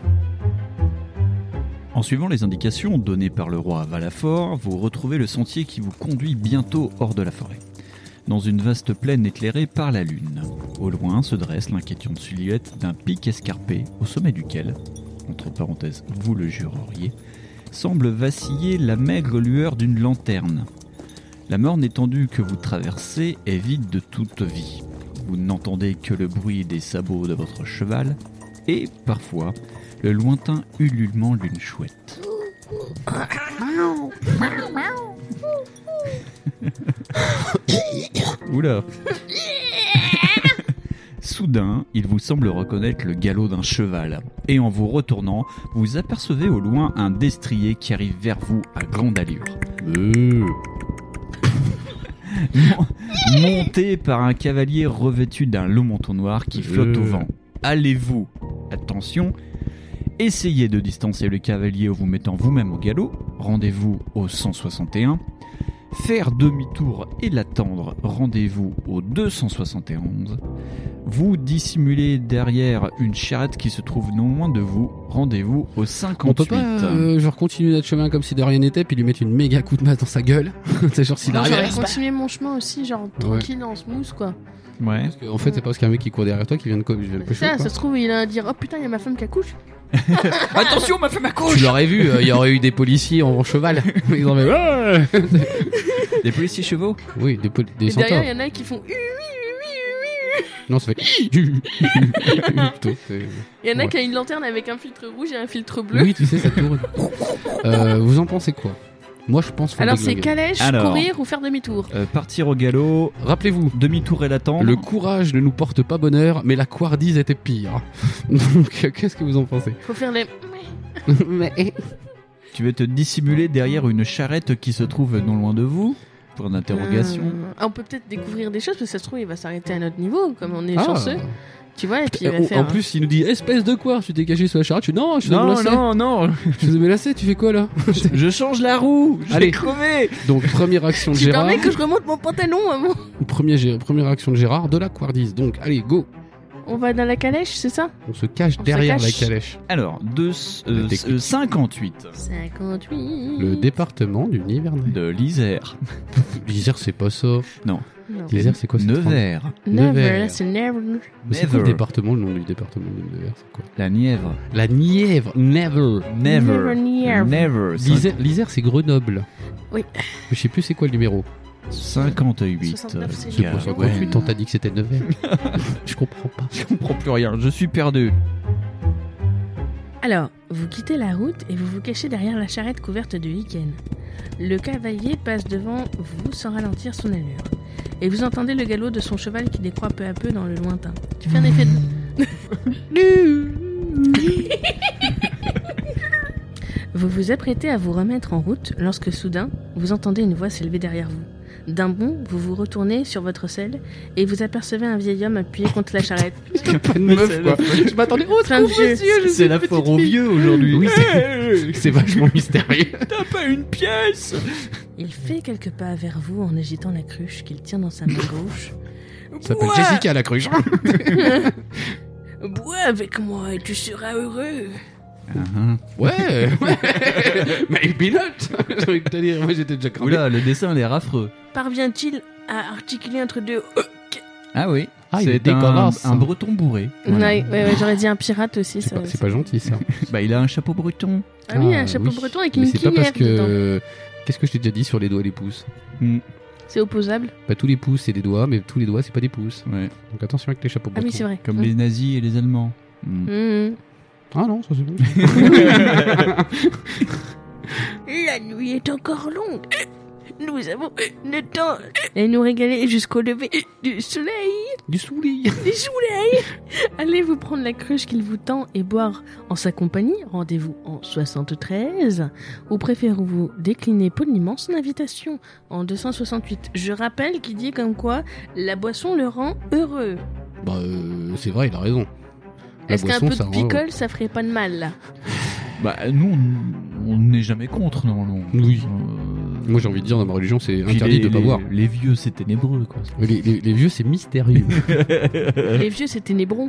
En suivant les indications données par le roi Valafort, vous retrouvez le sentier qui vous conduit bientôt hors de la forêt, dans une vaste plaine éclairée par la lune. Au loin se dresse l'inquiétante silhouette d'un pic escarpé, au sommet duquel, entre parenthèses, vous le jureriez, semble vaciller la maigre lueur d'une lanterne. La morne étendue que vous traversez est vide de toute vie. Vous n'entendez que le bruit des sabots de votre cheval et, parfois, le lointain ululement d'une chouette. Oula. Soudain, il vous semble reconnaître le galop d'un cheval, et en vous retournant, vous apercevez au loin un destrier qui arrive vers vous à grande allure. Euh. Mon- Monté par un cavalier revêtu d'un long manteau noir qui flotte au Euh. vent. Allez-vous, attention, essayez de distancer le cavalier en vous mettant vous-même au galop, rendez-vous au cent soixante et un. Faire demi-tour et l'attendre, rendez-vous au deux cent soixante et onze. Vous dissimulez derrière une charrette qui se trouve non loin de vous, rendez-vous au On cinquante-huit. peut pas euh, genre continuer notre chemin comme si de rien n'était puis lui mettre une méga coup de masse dans sa gueule. C'est genre s'il Non, arrive. j'aurais continué mon chemin aussi, genre tranquille en smooth quoi. Ouais. Parce que, en fait, c'est pas parce qu'il y a un mec qui court derrière toi qui vient de co- vient de pécho, Ça, quoi. ça se trouve, il va dire oh putain, il y a ma femme qui accouche. Attention, ma femme accouche. Tu l'aurais vu, euh, il y aurait eu des policiers en cheval. Ils en avaient... Des policiers chevaux. Oui, des, pol- des Et centaures. derrière, il y en a qui font oui, oui, oui, oui. Non, ça fait... Plutôt, c'est- Il y en a Ouais. qui a une lanterne avec un filtre rouge et un filtre bleu. Oui, tu sais, ça tourne. Euh, vous en pensez quoi? Moi, je pense... faut Alors c'est déglinguer. calèche, Alors. courir ou faire demi-tour. Euh, partir au galop, Rappelez-vous, demi-tour et l'attendre. le courage ne nous porte pas bonheur, mais la couardise était pire. Donc, euh, qu'est-ce que vous en pensez? Faut faire les... Mais... Tu veux te dissimuler derrière une charrette qui se trouve non loin de vous. Pour une interrogation. Euh, ah, on peut peut-être découvrir des choses, parce que ça se trouve, il va s'arrêter à notre niveau, comme on est Ah. chanceux. Tu vois, et puis il va En- faire... En plus, il nous dit espèce de quoi? Tu t'es caché sous la charrette. Je dis non, je suis dans Non, le lacet. non, non. Je suis dans le lacet, tu fais quoi là? Je change la roue. Je Allez. vais crever. Donc, première action de Tu Gérard. permets que je remonte mon pantalon, maman. Premier gé- première action de Gérard de la couardise. Donc, allez, go. On va dans la calèche, c'est ça? On se cache On se derrière cache. la calèche. Alors, deux, euh, La technique. euh, cinquante-huit cinquante-huit. Le département du Nivernais. de l'Isère. L'Isère, c'est pas ça. Non. L'Isère, c'est quoi? c'est Nevers. Never, Nevers. là, c'est never. Mais c'est quoi le Never. département, le nom du département de Nevers, c'est quoi? La Nièvre. La Nièvre, Never. Never. Never, Nièvre. Never. L'Isère, l'Isère, c'est Grenoble. Oui. Je sais plus c'est quoi le numéro. cinquante-huit. soixante-neuf, c'est C'est Ah, pour ouais. cinquante-huit, on t'a dit que c'était Nevers. Je comprends pas. Je comprends plus rien. Je suis perdu. Alors, vous quittez la route et vous vous cachez derrière la charrette couverte de lichen. Le cavalier passe devant vous sans ralentir son allure. Et vous entendez le galop de son cheval qui décroît peu à peu dans le lointain. Tu fais un effet de... Vous vous apprêtez à vous remettre en route lorsque soudain, vous entendez une voix s'élever derrière vous. D'un bond, vous vous retournez sur votre selle et vous apercevez un vieil homme appuyé contre la charrette. Pas de meuf, quoi. Je m'attendais. Oh, Plein de vieux. C'est la foire aux vieux aujourd'hui. Oui, c'est- c'est vachement mystérieux. T'as pas une pièce. Il fait quelques pas vers vous en agitant la cruche qu'il tient dans sa main gauche. Ça s'appelle Bois Jessica la cruche. Bois avec moi et tu seras heureux. Uh-huh. Ouais, ouais. Maybe not. J'ai envie de te dire, moi j'étais déjà cramé. Oula, le dessin a l'air affreux. Parvient-il à articuler entre deux Ah oui. Ah, il est c'est un, dégueulasse. un breton bourré. Voilà. Ouais, ouais, ouais, j'aurais dit un pirate aussi. C'est Ça, pas, c'est pas gentil ça. Bah, il a un chapeau breton. Ah oui, un Ah, chapeau oui. breton avec Mais une c'est pas cuillère parce que. dedans. Qu'est-ce que je t'ai déjà dit sur les doigts et les pouces? Hmm. C'est opposable. Bah, tous les pouces c'est des doigts, mais tous les doigts c'est pas des pouces. Ouais. Donc attention avec les chapeaux Ah bretons. oui, c'est vrai. Comme Mm. les nazis et les Allemands. Hmm. Mm. Ah non, ça c'est bon. La nuit est encore longue. Nous avons le temps de nous régaler jusqu'au lever du soleil. Du soleil. Du soleil. Allez vous prendre la cruche qu'il vous tend et boire en sa compagnie. Rendez-vous en soixante-treize. Ou préférez-vous décliner poliment son invitation en deux cent soixante-huit. Je rappelle qu'il dit comme quoi la boisson le rend heureux. Bah, euh, c'est vrai, il a raison. La Est-ce qu'un boisson, peu ça de rend heureux. picole, ça ferait pas de mal là? Bah, nous, on- on n'est jamais contre, normalement. Oui. Euh, Moi j'ai envie de dire dans ma religion c'est puis interdit les, de pas les- boire. Les vieux, c'est ténébreux, quoi. Les, les- les vieux c'est mystérieux. Les vieux, c'était Nébron.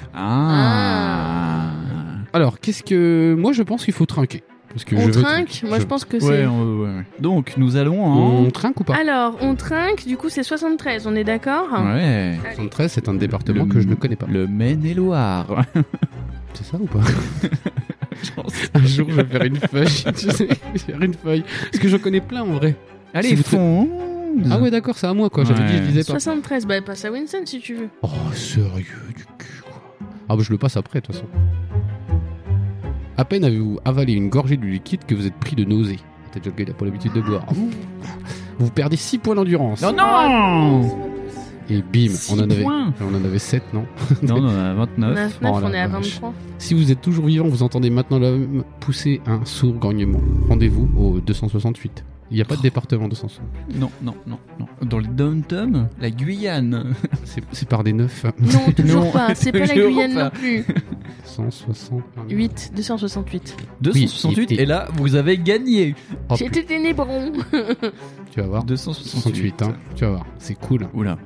Ah. Alors qu'est-ce que moi je pense qu'il faut trinquer parce que On je veux trinque. trinquer. Moi, je pense que c'est. Ouais, ouais, ouais. Donc, nous allons en... On trinque ou pas? Alors, on trinque. Du coup, c'est soixante-treize. On est d'accord? Ouais. soixante-treize c'est un département Le- que je ne connais pas. Le Maine-et-Loire. C'est ça ou pas? Un jour je vais faire une feuille, tu sais, je vais faire une feuille parce que j'en connais plein en vrai. Allez, Si vous fonds. Ah ouais d'accord c'est à moi quoi. J'avais Ouais. dit je disais pas. soixante-treize. Bah, passe à Winston si tu veux. Oh sérieux du cul quoi. Ah bah je le passe après de toute façon. À peine avez-vous avalé une gorgée du liquide que vous êtes pris de nausées. Peut-être que il a pas l'habitude de boire. Vous perdez six points d'endurance. Non, non. Et bim, Six on en avait, points. on en avait sept non? Non, non, on a vingt-neuf. neuf, Oh la on est à vache. vingt-trois. Si vous êtes toujours vivant, vous entendez maintenant l'homme pousser un sourd grognement. Rendez-vous au deux cent soixante-huit. Il n'y a pas de département deux cent soixante-huit. Non, non, non, non. Dans le downtown, la Guyane. C'est, c'est par des neufs. Non, toujours Non, pas. C'est pas la toujours Guyane pas. non plus. cent soixante. huit. deux cent soixante-huit. deux cent soixante-huit, Oui, et- et là, vous avez gagné. Oh, J'étais des Nébron. tu vas voir. deux cent soixante-huit. soixante-huit, hein. Tu vas voir. C'est cool. Oula.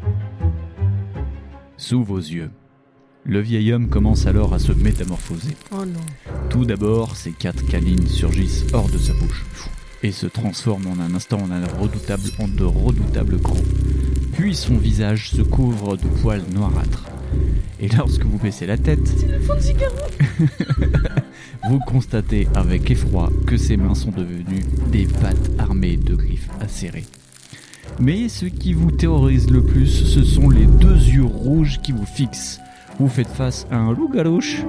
Sous vos yeux, le vieil homme commence alors à se métamorphoser. Oh non. Tout d'abord, ses quatre canines surgissent hors de sa bouche et se transforment en un instant en un redoutable, en de redoutables crocs. Puis son visage se couvre de poils noirâtres. Et lorsque vous baissez la tête, C'est le fond de cigare. vous constatez avec effroi que ses mains sont devenues des pattes armées de griffes acérées. Mais ce qui vous terrorise le plus, ce sont les deux yeux rouges qui vous fixent. Vous faites face à un loup-garouche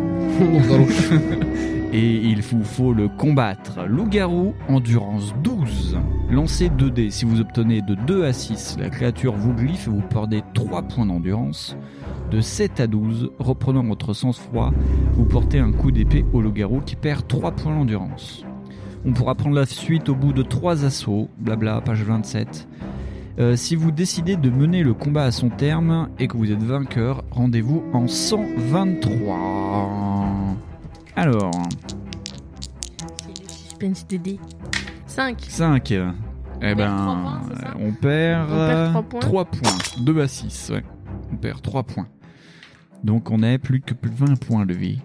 et il vous faut le combattre. Loup-garou, endurance douze. Lancez deux dés. Si vous obtenez de deux à six, la créature vous griffe et vous perdez trois points d'endurance. De sept à douze, reprenant votre sang-froid, vous portez un coup d'épée au loup-garou qui perd trois points d'endurance. On pourra prendre la suite au bout de trois assauts. Blabla, page vingt-sept. Euh, si vous décidez de mener le combat à son terme et que vous êtes vainqueur, rendez-vous en cent vingt-trois. Alors, C'est le suspense de dés. cinq. cinq. Eh perd ben, trois points, c'est ça on perd, On perd euh, trois points. trois points. deux à six, ouais. On perd trois points. Donc on est plus que vingt points de vie.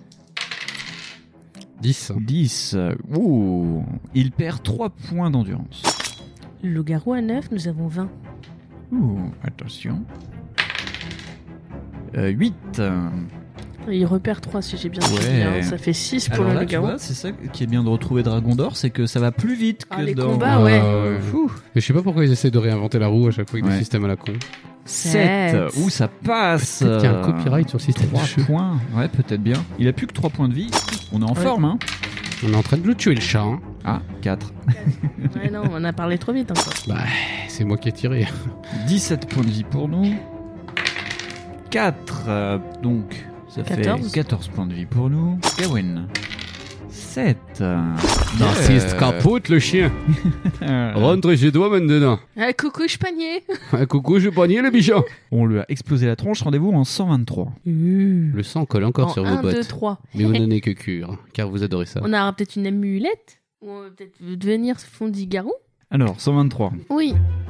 dix. dix. Ouh. Il perd trois points d'endurance. Le loup-garou à neuf, nous avons vingt. Ouh, attention. Euh, huit. Il repère trois si j'ai bien Ouais. suivi. Hein. Ça fait six pour Alors le là, tu loup-garou. vois, c'est ça qui est bien de retrouver Dragon d'Or, c'est que ça va plus vite que Ah, les dans... combats, ouais. Euh, Fou. Et je sais pas pourquoi ils essaient de réinventer la roue à chaque fois avec Ouais. des systèmes à la con. sept. Sept. Ouh, ça passe. Peut-être qu'il y a un copyright sur le système de trois jeu. points. Ouais, peut-être bien. Il a plus que trois points de vie. On est en Ouais. forme, hein. On est en train de le tuer le chat. Hein. Ah, quatre. Ouais, non, on a parlé trop vite encore. Bah, c'est moi qui ai tiré. dix-sept points de vie pour nous. quatre. euh, donc, ça quatorze. fait quatorze points de vie pour nous. Gawain. sept. Das ist kaputt le chien. Rentre chez toi maintenant. Ah, coucou, je panier. Ah, coucou, je panier le bichon. On lui a explosé la tronche. Rendez-vous en cent vingt-trois. Le sang colle encore En sur un, vos bottes. deux, trois. Mais vous n'en avez que cure, car vous adorez ça. On aura peut-être une amulette. Ou on va peut-être devenir Fondigarou. Alors, cent vingt-trois. Oui.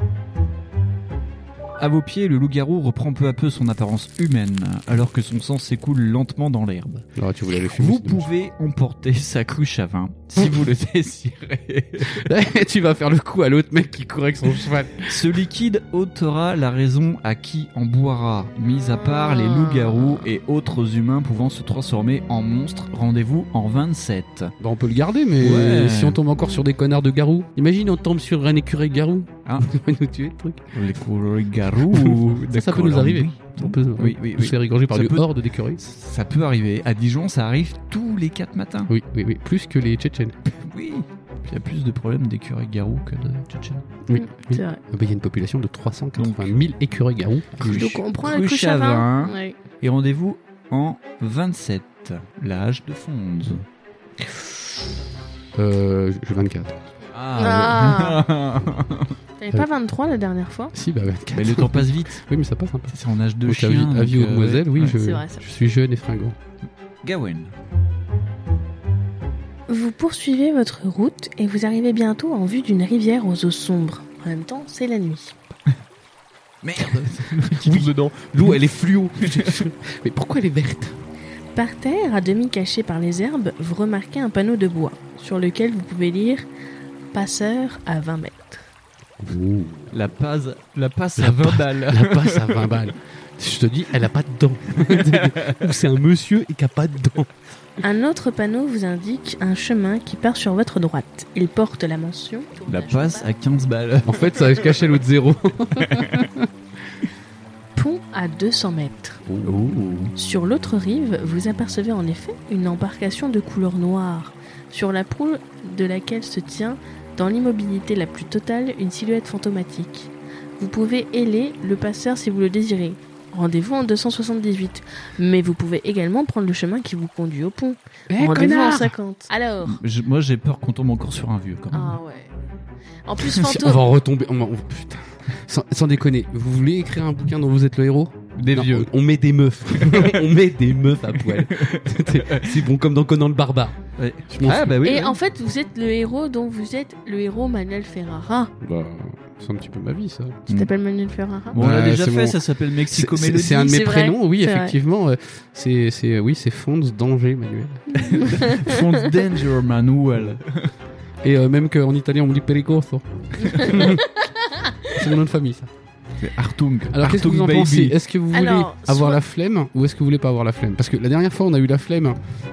À vos pieds, le loup-garou reprend peu à peu son apparence humaine, alors que son sang s'écoule lentement dans l'herbe. Ah, tu voulais le fumer. Vous c'est dommage. pouvez emporter sa cruche à vin, si vous le désirez. Tu vas faire le coup à l'autre mec qui court avec son cheval. Ce liquide ôtera la raison à qui en boira, mis à part les loups-garous et autres humains pouvant se transformer en monstres. Rendez-vous en vingt-sept. Bah, on peut le garder, mais Ouais. si on tombe encore sur des connards de garous. Imagine, on tombe sur un écureuil garou. Ah. Il va nous tuer le truc. Les loups-garous. Ça, ça peut nous arriver. On peut Oui, oui, se oui. faire égorger par Ça des peut- hordes d'écureuils. Ça peut arriver. À Dijon, ça arrive tous les quatre matins. Oui, oui, oui. Plus que les Tchétchènes. Oui. Il y a plus de problèmes d'écureuils-garous que de tchétchènes. Oui, Mm, oui. C'est vrai. Ah bah, il y a une population de trois cent quatre-vingt mille écureuils garous. Donc on prend la Cruche cruche à à vin. vin. Ouais. Et rendez-vous en vingt-sept, l'âge de Fonz. Euh, je vingt-quatre. Ah. T'avais pas vingt-trois la dernière fois? Si, bah vingt-quatre. Mais le temps passe vite. Oui, mais ça passe un peu. C'est en âge de Donc, chien. avis, avis donc, aux euh, demoiselles, oui, ouais. je, C'est vrai, ça. je suis jeune et fringant. Gawain. Vous poursuivez votre route et vous arrivez bientôt en vue d'une rivière aux eaux sombres. En même temps, c'est la nuit. Merde. Qui tombe dedans. L'eau, elle est fluo. Mais pourquoi elle est verte? Par terre, à demi caché par les herbes, vous remarquez un panneau de bois sur lequel vous pouvez lire « Passeur à vingt mètres ». Ouh. La passe, la passe La à vingt pa- balles. La passe à vingt balles. Je te dis, elle a pas de dents. Ou c'est un monsieur et qui a pas de dents. Un autre panneau vous indique un chemin qui part sur votre droite. Il porte la mention « La passe à quinze balles. En fait, ça cachait l'autre zéro. Pont à deux cents mètres ». Oh. Sur l'autre rive, vous apercevez en effet une embarcation de couleur noire, sur la proue de laquelle se tient, dans l'immobilité la plus totale, une silhouette fantomatique. Vous pouvez héler le passeur si vous le désirez. Rendez-vous en deux cent soixante-dix-huit. Mais vous pouvez également prendre le chemin qui vous conduit au pont. Eh, Rendez-vous en connard cinquante. Alors Je- moi, j'ai peur qu'on tombe encore sur un vieux, quand même. Ah ouais. En plus, On va fantôme. en retomber. on va- on- putain. Sans, sans déconner, vous voulez écrire un bouquin dont vous êtes le héros? Des Non, vieux. On, on met des meufs. On met des meufs à poil. C'est bon comme dans Conan le barbare. Ouais. Je m'en Ah, fous. bah oui. Et oui. en fait, vous êtes le héros dont vous êtes le héros Manuel Ferrara. Bah, c'est un petit peu ma vie, ça. Tu Mm. t'appelles Manuel Ferrara? Bon, on l'a Ouais, déjà c'est fait, bon. ça s'appelle C'est- Mexico c'est- Melody. C'est un de mes C'est vrai, prénoms, oui, c'est vrai. effectivement. euh, C'est, c'est, oui, c'est Fonds Danger, Manuel. Fonds Danger Manuel. Et euh, même qu'en italien, on me dit Pericoso. C'est mon nom de famille, ça. C'est Artung. Alors, qu'est-ce que Artung vous en Baby. pensez? Est-ce que vous voulez Alors, avoir soit- la flemme ou est-ce que vous voulez pas avoir la flemme? Parce que la dernière fois, on a eu la flemme.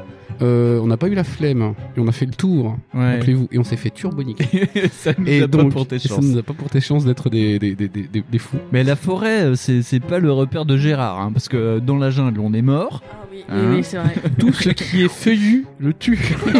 Euh, on n'a pas eu la flemme et on a fait le tour, Ouais. rappelez-vous, et on s'est fait turboniquer. Ça nous Et a donc, pas porté ça chance. nous a pas porté chance d'être des, des, des, des, des- des fous. Mais la forêt, euh, c'est c'est pas le repère de Gérard, hein, parce que dans la jungle, on est mort. Ah oui, Hein oui, oui, c'est vrai. Tout ce qui est feuillu le tue.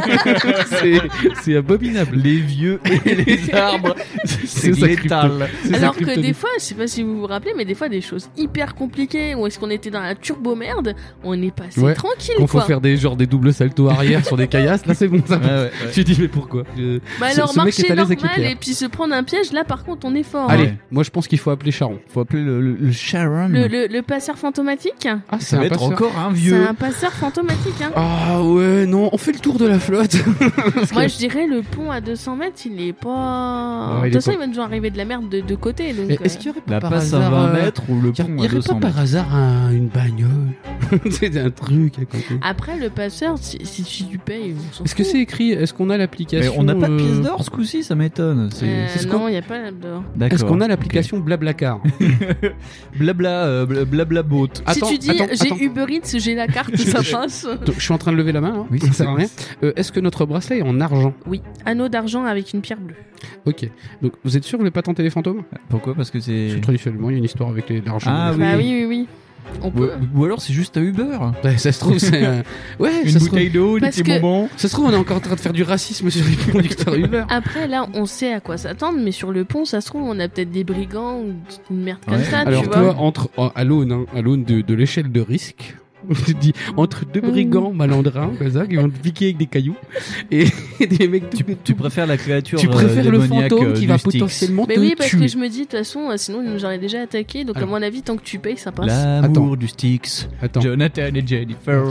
c'est, c'est abominable. Les vieux et les arbres, c'est C'est sa létal. C'est sa Alors que kryptonite. des fois, je sais pas si vous vous rappelez, mais des fois des choses hyper compliquées, où est-ce qu'on était dans la turbo merde, on est passé Ouais. tranquille Quand faut quoi. faire des genre des doubles saltos arrière sur des caillasses, là c'est bon ça. Ouais, ouais, ouais. Tu dis mais pourquoi Je- Bah ce- alors ce mec marcher est à l'aise avec normal les et puis se prendre un piège, là par contre on est fort. Allez, hein. Ouais. moi je pense qu'il faut appeler Charon. Faut appeler le, le, le Sharon. Le, le, le passeur fantomatique, Ah, c'est Ça va un être passeur. encore un c'est vieux. un passeur fantomatique. Hein. Ah ouais, non, on fait le tour de la flotte. Moi je dirais le pont à deux cents mètres, il est pas. Ouais, il de est toute façon, pas- il va toujours arriver de la merde de, de côté. Donc, Et Est-ce euh, qu'il y aurait pas La par passe à hasard, vingt euh, mètres ou le il y pont à aurait deux pas cents par mètres. hasard un- une bagnole? C'est un truc à côté. Après, le passeur, si, si tu payes, on s'en Est-ce que fout. c'est écrit? Est-ce qu'on a Mais l'application? on n'a pas de euh, pièce d'or ce coup-ci, ça m'étonne. C'est Euh, c'est ce non, qu'on- il n'y a pas là-dedans. D'accord. Est-ce qu'on a l'application Blablacar? Blabla, euh, bla- blabla boat. Attends, si tu dis attends, j'ai attends. Uber Eats, j'ai la carte, ça passe. Je suis en train de lever la main. Hein. Oui, ça sert à rien. Euh, Est-ce que notre bracelet est en argent? Oui, anneau d'argent avec une pierre bleue. Ok. Donc vous êtes sûr que vous voulez pas tenter les fantômes? Pourquoi? Parce que c'est. Parce que traditionnellement, il y a une histoire avec les- l'argent. Ah Les oui. Bah oui, oui, oui. On Ou, peut. ou alors c'est juste à Uber. Ouais, ça se trouve, c'est un... Ouais, Une ça se, trouve... bouteille d'eau, des Parce petits que- bonbons. ça se trouve, on est encore en train de faire du racisme sur les producteurs Uber. Après, là, on sait à quoi s'attendre, mais sur le pont, ça se trouve, on a peut-être des brigands ou une merde comme Ouais. ça, Alors tu toi, vois. entre, en- à l'aune, hein, à l'aune de, de l'échelle de risque, tu te dis, entre deux brigands malandrins, comme ça, qui vont te piquer avec des cailloux, et, et des mecs... Tu, tu préfères la créature tu préfères euh, le démoniaque, fantôme euh, qui du va Styx. potentiellement Mais te oui, parce tuer. que je me dis, de toute façon, euh, sinon, ils nous auraient déjà attaqué, donc Alors. à mon avis, tant que tu payes, ça passe. L'amour Attends. du Styx. Attends. Jonathan et Jennifer.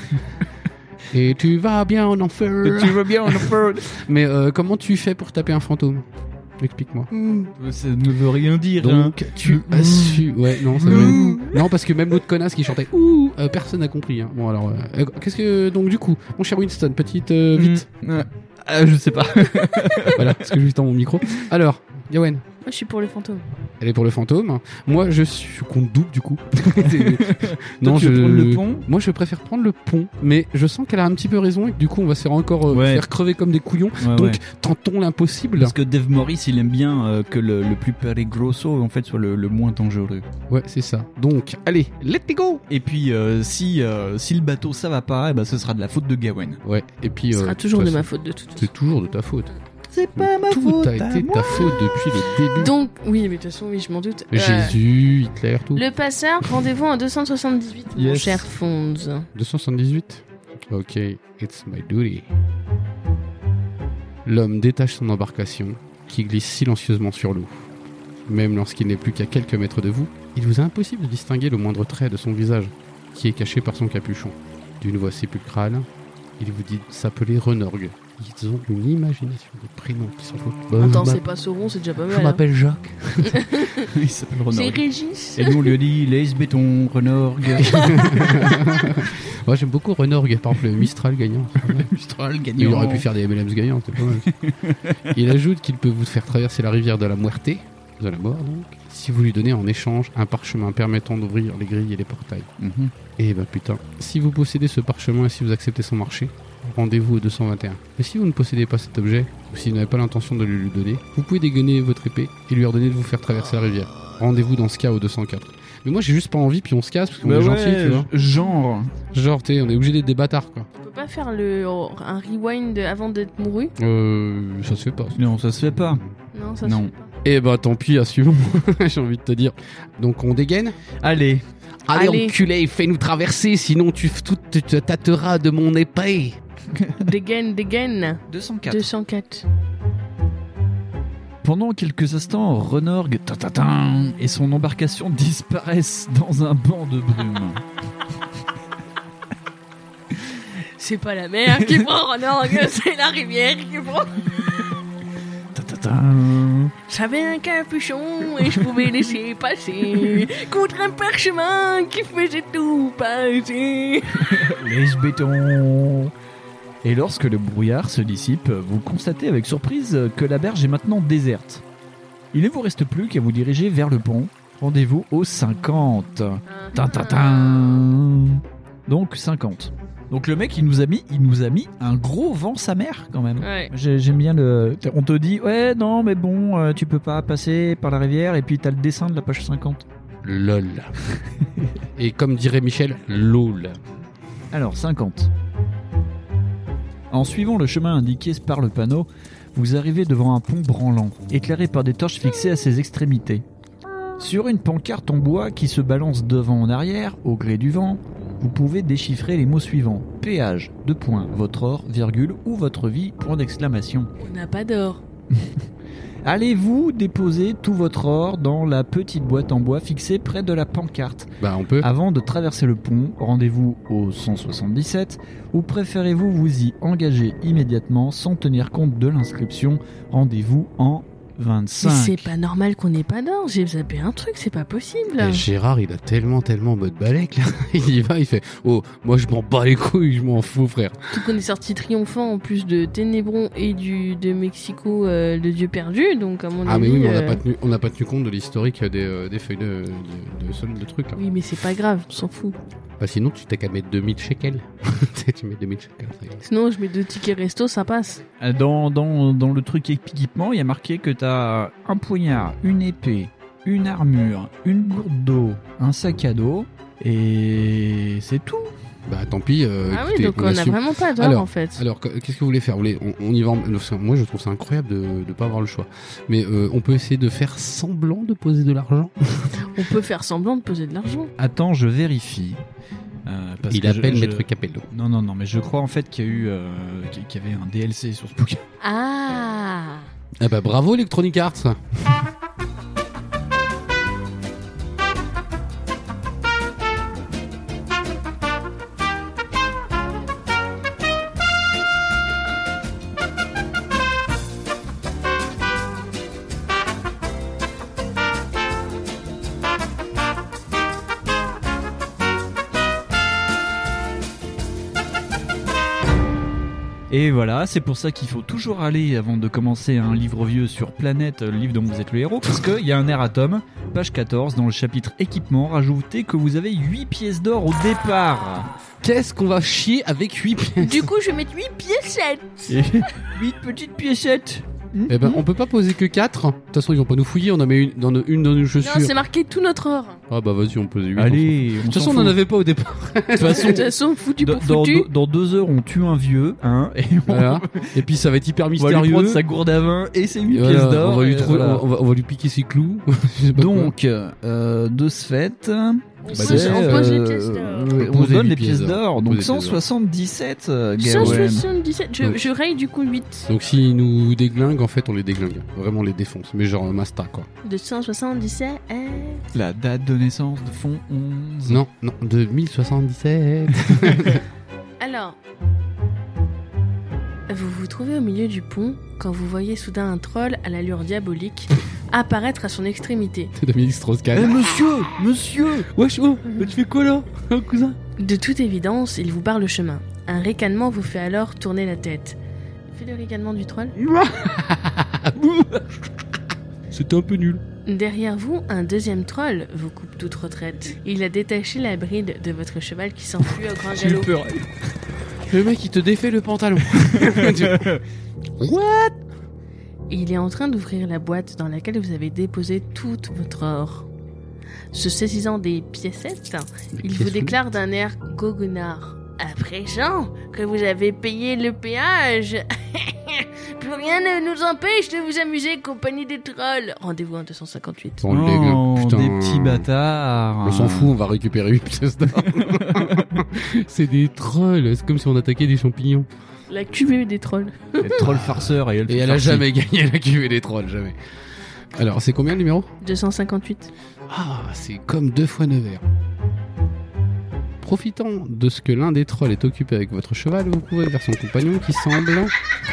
Et tu vas bien en enfer. tu veux bien en faire. Mais euh, comment tu fais pour taper un fantôme? Explique-moi. Ça ne veut rien dire. hein. Donc tu Mmh. as su... Ouais, non, ça veut Mmh. Non, parce que même l'autre connasse qui chantait ouh, euh, personne n'a compris. Hein. Bon alors, euh, qu'est-ce que donc du coup, mon cher Winston, petite euh, vite. Mm. Euh, euh, je sais pas. Voilà, parce que je lui tends mon micro. Alors, Yawen, Moi, je suis pour le fantôme. elle est pour le fantôme. Moi, je suis compte double du coup. non, Toi, tu je veux prendre le pont. Moi, je préfère prendre le pont, mais je sens qu'elle a un petit peu raison et que du coup, on va se faire encore euh, Ouais. faire crever comme des couillons. Ouais, Donc, ouais. tentons l'impossible. Parce que Dave Morris, il aime bien euh, que le, le plus peligroso en fait soit le, le moins dangereux. Ouais, c'est ça. Donc, allez, let me go. Et puis euh, si euh, si le bateau ça va pas, eh ben, ce sera de la faute de Gawain. Ouais. Et puis, Ce euh, sera de toujours toute de ma façon, faute, de toute façon. C'est toujours de ta faute. C'est pas ma Tout a été ta faute depuis le début. Donc, oui, mais de toute façon, oui, je m'en doute. Euh, Jésus, Hitler, tout. Le passeur, rendez-vous en deux cent soixante-dix-huit, mon Yes. cher Fonds. deux cent soixante-dix-huit. Ok, it's my duty. L'homme détache son embarcation, qui glisse silencieusement sur l'eau. Même lorsqu'il n'est plus qu'à quelques mètres de vous, il vous est impossible de distinguer le moindre trait de son visage, qui est caché par son capuchon. D'une voix sépulcrale, il vous dit de s'appeler Renorg, Ils ont une imagination de prénoms qui sont fous. Bah, Attends, je c'est m'a- pas Sauron, c'est déjà pas Je mal. hein. m'appelle Jacques. Il s'appelle C'est Renorg. Régis. Et nous, on lui a dit Laisse béton, Renorg. Moi, j'aime beaucoup Renorg, par exemple, le Mistral gagnant. Mistral gagnant. Il aurait pu faire des M and M's gagnants, c'est pas mal. Il ajoute qu'il peut vous faire traverser la rivière de la Muerte, de la mort donc, si vous lui donnez en échange un parchemin permettant d'ouvrir les grilles et les portails. Mhm. Et ben putain, si vous possédez ce parchemin et si vous acceptez son marché, rendez-vous au deux cent vingt et un. Mais si vous ne possédez pas cet objet, ou si vous n'avez pas l'intention de le lui donner, vous pouvez dégainer votre épée et lui ordonner de vous faire traverser la rivière. Rendez-vous dans ce cas au deux cent quatre. Mais moi j'ai juste pas envie, puis on se casse parce qu'on Bah est ouais, gentil, tu vois. genre. Genre, t'es, on est obligé d'être des bâtards quoi. On peut pas faire le, un rewind avant d'être mouru? Euh, ça se fait pas. Non, ça se fait pas. Non, ça Non. se fait pas. Eh bah tant pis, assumons, j'ai envie de te dire. Donc on dégaine. Allez. Allez, Allez. enculé, fais-nous traverser, sinon tu, tout, tu te tâteras de mon épée. Dégaine, dégaine. deux cent quatre. deux cent quatre. Pendant quelques instants, Renorg ta-ta-tin, et son embarcation disparaissent dans un banc de brume. C'est pas la mer qui prend Renorg, c'est la rivière qui prend. Ta-ta-tin. J'avais un capuchon et je pouvais laisser passer contre un parchemin qui faisait tout passer. Laisse béton. Et lorsque le brouillard se dissipe, vous constatez avec surprise que la berge est maintenant déserte. Il ne vous reste plus qu'à vous diriger vers le pont. Rendez-vous au cinquante. Ta-ta-tin. Donc cinquante. Donc le mec il nous a mis, il nous a mis un gros vent sa mère quand même. Ouais. J'ai- J'aime bien le. On te dit ouais non mais bon euh, tu peux pas passer par la rivière et puis t'as le dessin de la page cinquante. Lol. Et comme dirait Michel, lol. Alors cinquante. En suivant le chemin indiqué par le panneau, vous arrivez devant un pont branlant, éclairé par des torches fixées à ses extrémités. Sur une pancarte en bois qui se balance devant en arrière, au gré du vent, vous pouvez déchiffrer les mots suivants. Péage, deux points, votre or, virgule, ou votre vie, point d'exclamation. On n'a pas d'or. Allez-vous déposer tout votre or dans la petite boîte en bois fixée près de la pancarte? Bah on peut. Avant de traverser le pont, rendez-vous au cent soixante-dix-sept, ou préférez-vous vous y engager immédiatement sans tenir compte de l'inscription? Rendez-vous en Mais vingt-cinq. c'est pas normal qu'on ait pas d'or. J'ai zappé un truc, c'est pas possible. Et Gérard, il a tellement, tellement mode balèque là. Il y va, il fait oh, moi je m'en bats les couilles, je m'en fous, frère. Tout qu'on est sorti triomphant en plus de Ténébron et du de Mexico, euh, le Dieu perdu. Donc à mon Ah, avis. mais oui, mais on n'a euh, pas tenu, on n'a pas tenu compte de l'historique des, euh, des feuilles de, de, de, sol- de trucs là. Oui, mais c'est pas grave, on s'en fout. Bah, sinon, tu t'as qu'à mettre deux mille shekels. Tu mets deux mille shekels. ça y est. Sinon, je mets deux tickets resto, ça passe. Dans, dans, dans le truc équipement, il y a marqué que t'as un poignard, une épée, une armure, une gourde d'eau, un sac à dos, et c'est tout. Bah, tant pis. euh, ah écoutez, oui, donc on, a assume. vraiment pas d'or Alors, en fait. Alors, que- qu'est-ce que vous voulez faire? Vous voulez, on, on y va. en- parce que moi, je trouve ça incroyable de ne pas avoir le choix. Mais euh, on peut essayer de faire semblant de poser de l'argent. On peut faire semblant de poser de l'argent. Attends, je vérifie. Euh, parce Il que je- appelle je- Maître Capello. Non, non, non, mais je crois en fait qu'il y a eu, euh, qu'il qu'il y avait un D L C sur ce bouquin. Ah. Ah bah bravo Electronic Arts. Et voilà, c'est pour ça qu'il faut toujours aller avant de commencer un livre vieux sur Planète, le livre dont vous êtes le héros, parce qu'il y a un erratum, page quatorze, dans le chapitre équipement, rajoutez que vous avez huit pièces d'or au départ. Qu'est-ce qu'on va chier avec huit pièces? Du coup, je vais mettre huit piécettes. huit petites piécettes. Eh ben, on peut pas poser que quatre. De toute façon, ils vont pas nous fouiller. On en met une dans nos, une dans nos chaussures. Non, c'est marqué tout notre or. Ah bah vas-y, on pose huit. Allez, De on toute s'en façon, on fout. en avait pas au départ. De toute façon, De toute façon, foutu dans, pour dans foutu. deux- dans deux heures, on tue un vieux, hein, et on, Voilà. Et puis ça va être hyper on va lui mystérieux. prendre sa gourde à vin et ses huit Et voilà, pièces d'or. on va lui et trouver- voilà. on va, on va lui piquer ses clous. Je sais pas quoi. Donc, euh, de ce fait, On Bah, pose, c'est, on pose les euh, pièces d'or. euh, on Posez donne huit les pièces pièces d'or. d'or. Posez Donc les pièces d'or. cent soixante-dix-sept, euh, cent Gawain. soixante-dix-sept, je, Donc- je raye du coup huit. Donc s'ils nous déglinguent, en fait, on les déglingue. Vraiment, on les défonce. Mais genre euh, Masta, quoi. De cent soixante-dix-sept. eh. La date de naissance de fond onze. Non, non, de mille soixante-dix-sept. Alors. Vous vous trouvez au milieu du pont quand vous voyez soudain un troll à l'allure diabolique apparaître à son extrémité. C'est Dominique Eh Strauss-Kahn. monsieur Monsieur Wesh, oh, tu fais quoi là, hein, cousin? De toute évidence, il vous barre le chemin. Un ricanement vous fait alors tourner la tête. Fais le ricanement du troll. C'était un peu nul. Derrière vous, un deuxième troll vous coupe toute retraite. Il a détaché la bride de votre cheval qui s'enfuit au grand J'ai eu galop. peur. Le mec, il te défait le pantalon. What? Il est en train d'ouvrir la boîte dans laquelle vous avez déposé tout votre or. Se saisissant des piécettes, il vous déclare d'un air goguenard. À présent que vous avez payé le péage, plus rien ne nous empêche de vous amuser, compagnie des trolls. Rendez-vous en deux cent cinquante-huit. Bon, le dégât, Oh, putain. des petits bâtards. On s'en fout, on va récupérer une pièce d'or. C'est des trolls, c'est comme si on attaquait des champignons. La cuvée des trolls. Les trolls farceurs et elle Et elle a jamais gagné la cuvée des trolls, jamais. Alors, c'est combien le numéro? deux cent cinquante-huit. Ah, c'est comme deux fois Nevers. Profitant de ce que l'un des trolls est occupé avec votre cheval, vous courez vers son compagnon qui semble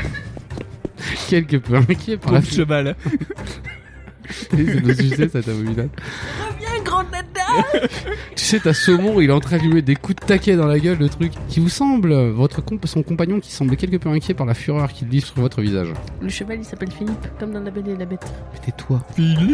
quelque peu inquiet par la le cheval. C'est le sujet, cette abominable. Reviens, grand dada. Tu sais, t'as Saumon, il est en train de lui mettre des coups de taquet dans la gueule, le truc. Qui vous semble, votre comp- son compagnon qui semble quelque peu inquiet par la fureur qu'il livre sur votre visage. Le cheval, il s'appelle Philippe, comme dans La Belle et la Bête. Mais tais-toi. Philippe.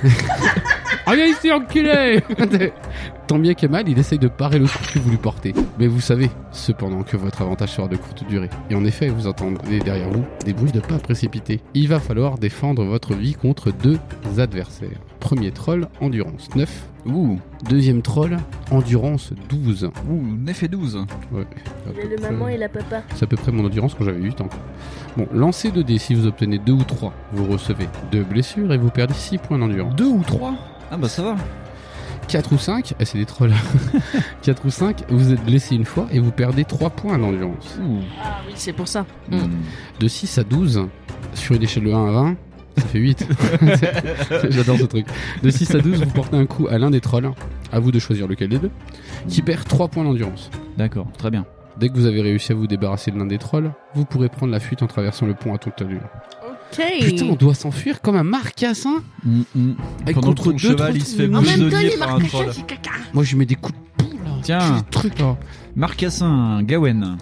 Ah, viens ici, enculé. Tant bien que mal, il essaye de parer le coup que vous lui portez. Mais vous savez, cependant, que votre avantage sera de courte durée. Et en effet, vous entendez derrière vous des bruits de pas précipités. Il va falloir défendre votre vie contre deux adversaires. Premier troll, endurance neuf. Ouh. Deuxième troll, endurance douze. Ouh, neuf et douze. Ouais. Il a le maman et la papa. C'est à peu près mon endurance quand j'avais huit ans. Bon, lancez deux dés. Si vous obtenez deux ou trois, vous recevez deux blessures et vous perdez six points d'endurance. Deux ou trois. Ah bah ça va. quatre ou cinq, eh, c'est des trolls. quatre ou cinq, vous êtes blessé une fois et vous perdez trois points d'endurance. Ouh. Ah oui, c'est pour ça. Hmm. De six à douze, sur une échelle de un à vingt, ça fait huit. J'adore ce truc. De six à douze, vous portez un coup à l'un des trolls. À vous de choisir lequel des deux. Qui perd trois points d'endurance. D'accord, très bien. Dès que vous avez réussi à vous débarrasser de l'un des trolls, vous pourrez prendre la fuite en traversant le pont à toute allure. Ok. Putain, on doit s'enfuir comme un marcassin. Mm, mm. Avec Pendant contre que ton deux cheval trolls il se fait En même temps, bousonnier les par un marques troll. c'est caca. Moi, je lui mets des coups de poing là. Tiens. Je fais des trucs là. Marcassin, Gawen.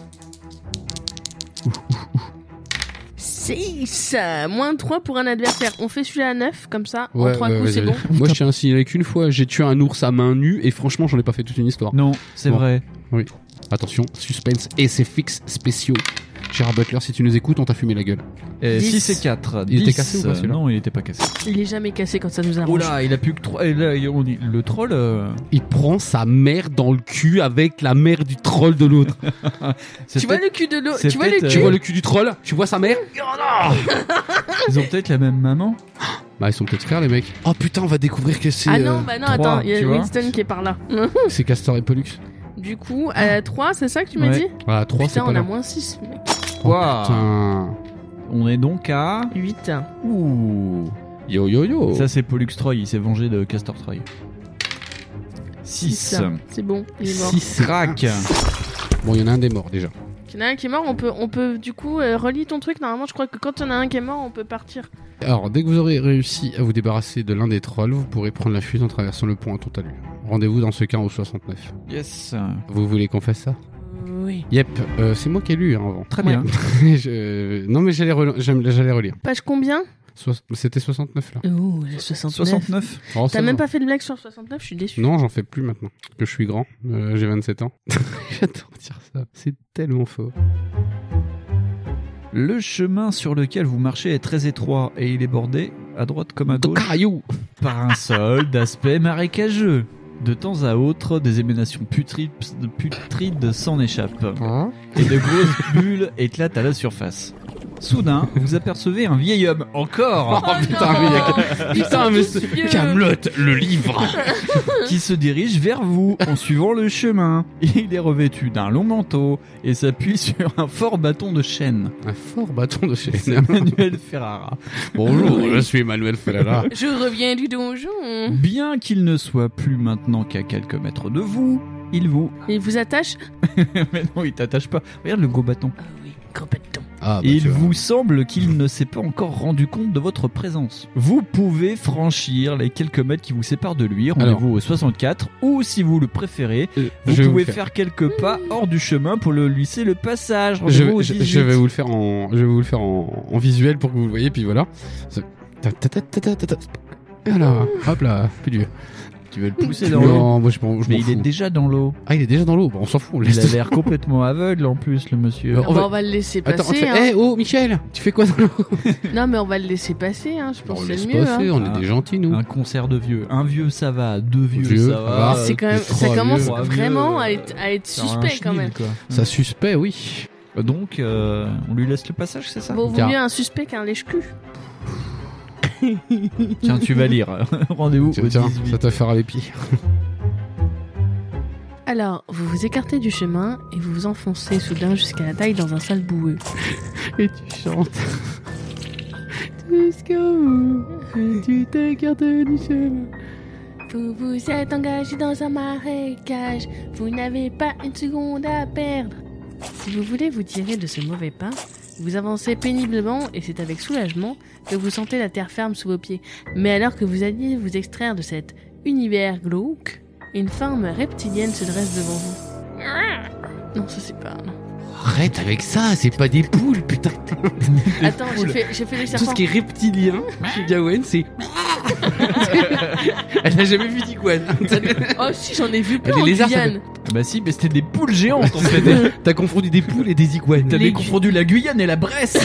six. Moins trois pour un adversaire. On fait celui-là à neuf, comme ça. en Ouais, trois ouais, coups, ouais, c'est j'avais- bon. Moi, je tiens à signaler qu'une fois, j'ai tué un ours à main nue et franchement, j'en ai pas fait toute une histoire. Non, c'est Bon. vrai. Attention, suspense et ses fixes spéciaux. Gérard Butler, si tu nous écoutes, on t'a fumé la gueule. Et dix. six et quatre. Il était dix. cassé ou pas, celui-là? Non, il était pas cassé. Il est jamais cassé quand ça nous arrange. Oh là, il a plus que trois. Et là, on dit- le troll. euh, Il prend sa mère dans le cul avec la mère du troll de l'autre. c'est Tu vois peut-être- le cul de l'eau. c'est Tu vois le peut-être, cul. Tu vois le cul du troll? Tu vois sa mère? Ils ont peut-être la même maman. Bah, ils sont peut-être frères, les mecs. Oh putain, on va découvrir que c'est. Ah non, euh, bah non, trois, attends, il y tu a vois. Winston qui est par là. C'est Castor et Pollux. Du coup, à trois, c'est ça que tu m'as Ouais. dit? Ah, trois, c'est Putain, pas on là. a moins six, mec. Oh, Waouh. putain. On est donc à. huit. Ouh. Yo yo yo. Ça, c'est Pollux Troy. Il s'est vengé de Castor Troy. six. C'est bon, il est mort. Six. Crac. Bon, il y en a un des morts déjà. Il y en a un qui est mort, on peut, on peut du coup, euh, relis ton truc. Normalement, je crois que quand il y en a un qui est mort, on peut partir. Alors, dès que vous aurez réussi à vous débarrasser de l'un des trolls, vous pourrez prendre la fuite en traversant le pont à toute allure. Rendez-vous dans ce cas au soixante-neuf. Yes. Vous voulez qu'on fasse ça? Oui. Yep, euh, c'est moi qui ai lu hein, avant. Très Ouais. bien. Je- Non mais j'allais, rel- j'aime- j'allais relire. Page combien? Soix- C'était soixante-neuf là. Oh, le soixante-neuf. soixante-neuf. Oh, T'as ça même va. pas fait de blague sur soixante-neuf, je suis déçu. Non, j'en fais plus maintenant. Que je suis grand. Euh, j'ai vingt-sept ans. J'adore dire ça. C'est tellement faux. Le chemin sur lequel vous marchez est très étroit et il est bordé, à droite comme à De gauche, cailloux. par un sol d'aspect marécageux. De temps à autre, des émanations putrides, putrides s'en échappent Hein et de grosses bulles éclatent à la surface. Soudain, vous apercevez un vieil homme, encore, Oh putain, mais il y a... putain, mais tous vieux. c'est Camelot, le livre. qui se dirige vers vous en suivant le chemin. Il est revêtu d'un long manteau et s'appuie sur un fort bâton de chêne. Un fort bâton de chaîne. C'est Manuel Ferrara. Bonjour, je suis Emmanuel Ferrara. Je reviens du donjon. Bien qu'il ne soit plus maintenant qu'à quelques mètres de vous, il vous... Il vous attache? Mais non, il t'attache pas. Regarde le gros bâton. Ah oui, grand bâton. Ah, bah, Et il tu vois. vous semble qu'il ne s'est pas encore rendu compte de votre présence. Vous pouvez franchir les quelques mètres qui vous séparent de lui, rendez-vous au soixante-quatre, ou si vous le préférez, Euh, vous je vais vous pouvez le faire quelques pas hors du chemin pour le laisser le passage. Je, Rendez-vous au je- dix-huit. je vais vous le faire en, je vais vous le faire en, en visuel pour que vous le voyez, puis voilà. Ça- ta- ta- ta- ta- ta- ta- ta- Voilà, hop là, plus dur. Tu veux le pousser dans l'eau. Non, moi je m'en, je Mais m'en il est fous. déjà dans l'eau. Ah, il est déjà dans l'eau. Bon, on s'en fout, on le Il laisse. a l'air complètement aveugle en plus, le monsieur. Euh, Ah on bah, va- on va le laisser Attends, on te passer. fait, hein. eh, oh, Michel, tu fais quoi dans l'eau? Non, mais on va le laisser passer. Hein. Je pense On que laisse c'est le mieux. passer, hein. on est Ah. des gentils, nous. Un concert de vieux. Un vieux, ça va. Deux vieux, Vieux, ça ça va. va. C'est quand même, les ça trois commence vieux. Trois vieux, vraiment euh, à être, à être C'est un suspect quand chenil, même. quoi. Ça suspect, oui. Donc, euh, on lui laisse le passage, c'est ça Bon, vaut Car- mieux un suspect qu'un lèche-cul. Tiens, tu vas lire. Rendez-vous au Tiens, dix-huit. ça te fera les pieds. Alors, vous vous écartez du chemin et vous vous enfoncez soudain jusqu'à la taille dans un sale boueux. Et tu chantes. Jusqu'au bout, tu t'écartes du chemin. Vous vous êtes engagé dans un marécage, vous n'avez pas une seconde à perdre. Si vous voulez vous tirer de ce mauvais pas, vous avancez péniblement et c'est avec soulagement que vous sentez la terre ferme sous vos pieds. Mais alors que vous alliez vous extraire de cet univers glauque, une forme reptilienne se dresse devant vous. Non, ça c'est pas... non. Arrête avec ça, c'est pas des poules, putain. Attends, j'ai fait, j'ai fait les Tout serpents. ce qui est reptilien chez Gawain, c'est. Elle a jamais vu d'iguane. Oh si, j'en ai vu plein Les en lézards, ça Guyane. Ah bah si, mais c'était des poules géantes en fait. T'as confondu des poules et des iguanes. T'avais Les- confondu la Guyane et la Bresse.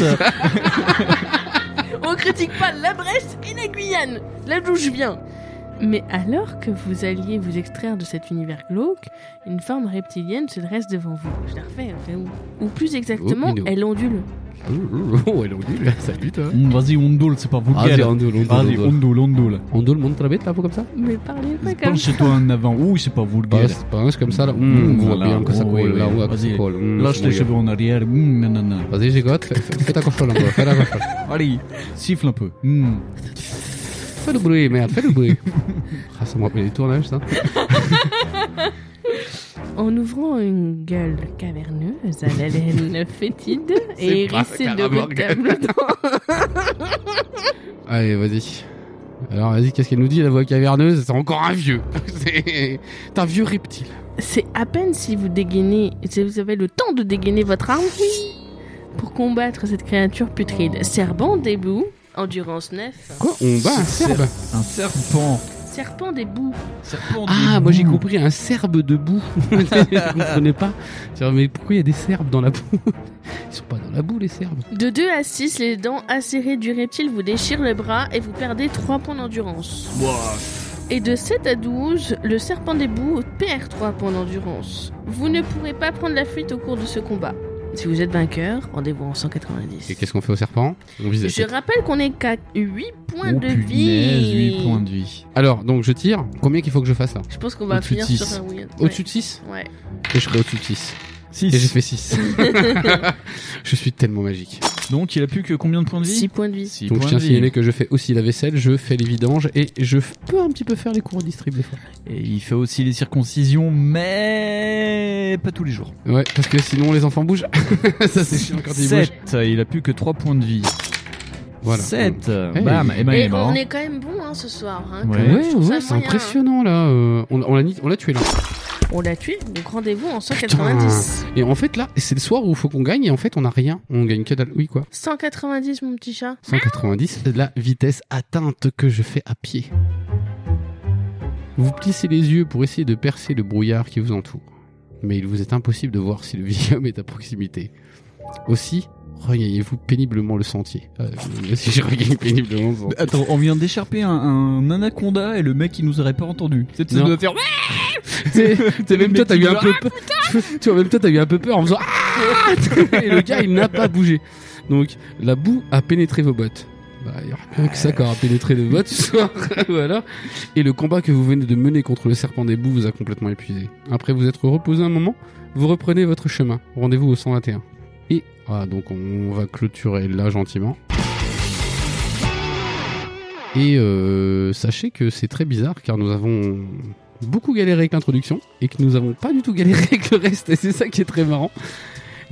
On critique pas la Bresse et la Guyane, là d'où je viens. Mais alors que vous alliez vous extraire de cet univers glauque, une forme reptilienne se dresse devant vous. Je la refais, enfin, ou, ou plus exactement, Oh, Minou. elle ondule. Oh, elle ondule, salut toi. Mm, Vas-y, ondule, c'est pas Vas-y, vulgaire. ondule, ondule, Vas-y, ondule. ondule, ondule. Ondule, montre la bête là, comme ça. Mais parlez pas comme ça. Penche-toi en avant. Ouh, c'est pas vulgaire. Passe, passe comme ça là. Mmh, Mmh, on voit voilà. bien que ça Oh, colle. oui, Là, oui. on voit que ça Vas-y. colle. Mmh, Lâche c'est les bon, cheveux en arrière. Mm, nanana. Vas-y, gigote, fais, fais, fais ta cochonne encore. Fais la cochonne. Allez, siffle un peu. Mm. Fais le bruit, merde, fais le bruit. Ah, ça me rappelle les tournages, ça. En ouvrant une gueule caverneuse à la laine fétide et C'est pas hérissée de carrément retables d'or. Allez, vas-y. Alors, vas-y, qu'est-ce qu'elle nous dit, la voix caverneuse? C'est encore un vieux. C'est c'est un vieux reptile. C'est à peine si vous dégainez, si vous avez le temps de dégainer votre arme pour combattre cette créature putride. Serpent des bouts, endurance neuf. Quoi? On bat un serbe? Un serpent. Serpent des bouts. Serpent Ah, des moi j'ai bouts. compris un serbe debout. Je comprenais pas. Genre, mais pourquoi il y a des serbes dans la boue? Ils sont pas dans la boue, les serbes. De deux à six, les dents acérées du reptile vous déchirent le bras et vous perdez trois points d'endurance. Et de sept à douze, le serpent des bouts perd trois points d'endurance. Vous ne pourrez pas prendre la fuite au cours de ce combat. Si vous êtes vainqueur, rendez-vous en cent quatre-vingt-dix. Et qu'est-ce qu'on fait au serpent? On vise la Je tête. rappelle qu'on est qu'à huit points Oh, de punaise, vie. huit points de vie. Alors, donc je tire. Combien qu'il faut que je fasse là? Je pense qu'on va Au-dessus de finir six. sur un oui. Au-dessus de six? Ouais. Et je serai au-dessus de six. six. Et j'ai fait six. Je suis tellement magique. Donc il a plus que combien de points de vie? six points de vie. Six Donc je points tiens à de vie. signaler que je fais aussi la vaisselle, je fais les vidanges et je peux un petit peu faire les cours au district des fois. Et il fait aussi les circoncisions, mais pas tous les jours. Ouais, parce que sinon les enfants bougent. Ça c'est chiant quand ils bougent. sept. Il a plus que trois points de vie. Voilà. sept. Hey. Bam. Et ben il Et est mort. on est quand même bon hein, ce soir. Hein, Ouais. quand même. Ouais, Je trouve ça ouais, c'est moyen, impressionnant là. Euh, on on l'a ni- on l'a tué là. hein. On l'a tué, donc rendez-vous en cent quatre-vingt-dix. Et en fait là, c'est le soir où il faut qu'on gagne et en fait on a rien. On gagne que dalle. Oui quoi. cent quatre-vingt-dix mon petit chat. cent quatre-vingt-dix, la vitesse atteinte que je fais à pied. Vous plissez les yeux pour essayer de percer le brouillard qui vous entoure. Mais il vous est impossible de voir si le vieil homme est à proximité. Aussi, regagnez-vous péniblement le sentier. Euh, si je regagne péniblement le sentier. Attends, on vient d'écharper un, un anaconda et le mec il nous aurait pas entendu. C'est Non. de faire. Tu sais, tu sais, même toi t'as eu un peu peur. Tu vois, même toi t'as eu un peu peur en faisant ah et le gars il n'a pas bougé. Donc la boue a pénétré vos bottes. Bah, il y aura bien que ça qui aura pénétré de bottes ce soir. Voilà. Et le combat que vous venez de mener contre le serpent des boues vous a complètement épuisé. Après vous être reposé un moment, vous reprenez votre chemin. Rendez-vous au cent vingt et un. Et voilà, donc on va clôturer là gentiment. Et euh, sachez que c'est très bizarre car nous avons beaucoup galéré avec l'introduction et que nous avons pas du tout galéré avec le reste et c'est ça qui est très marrant.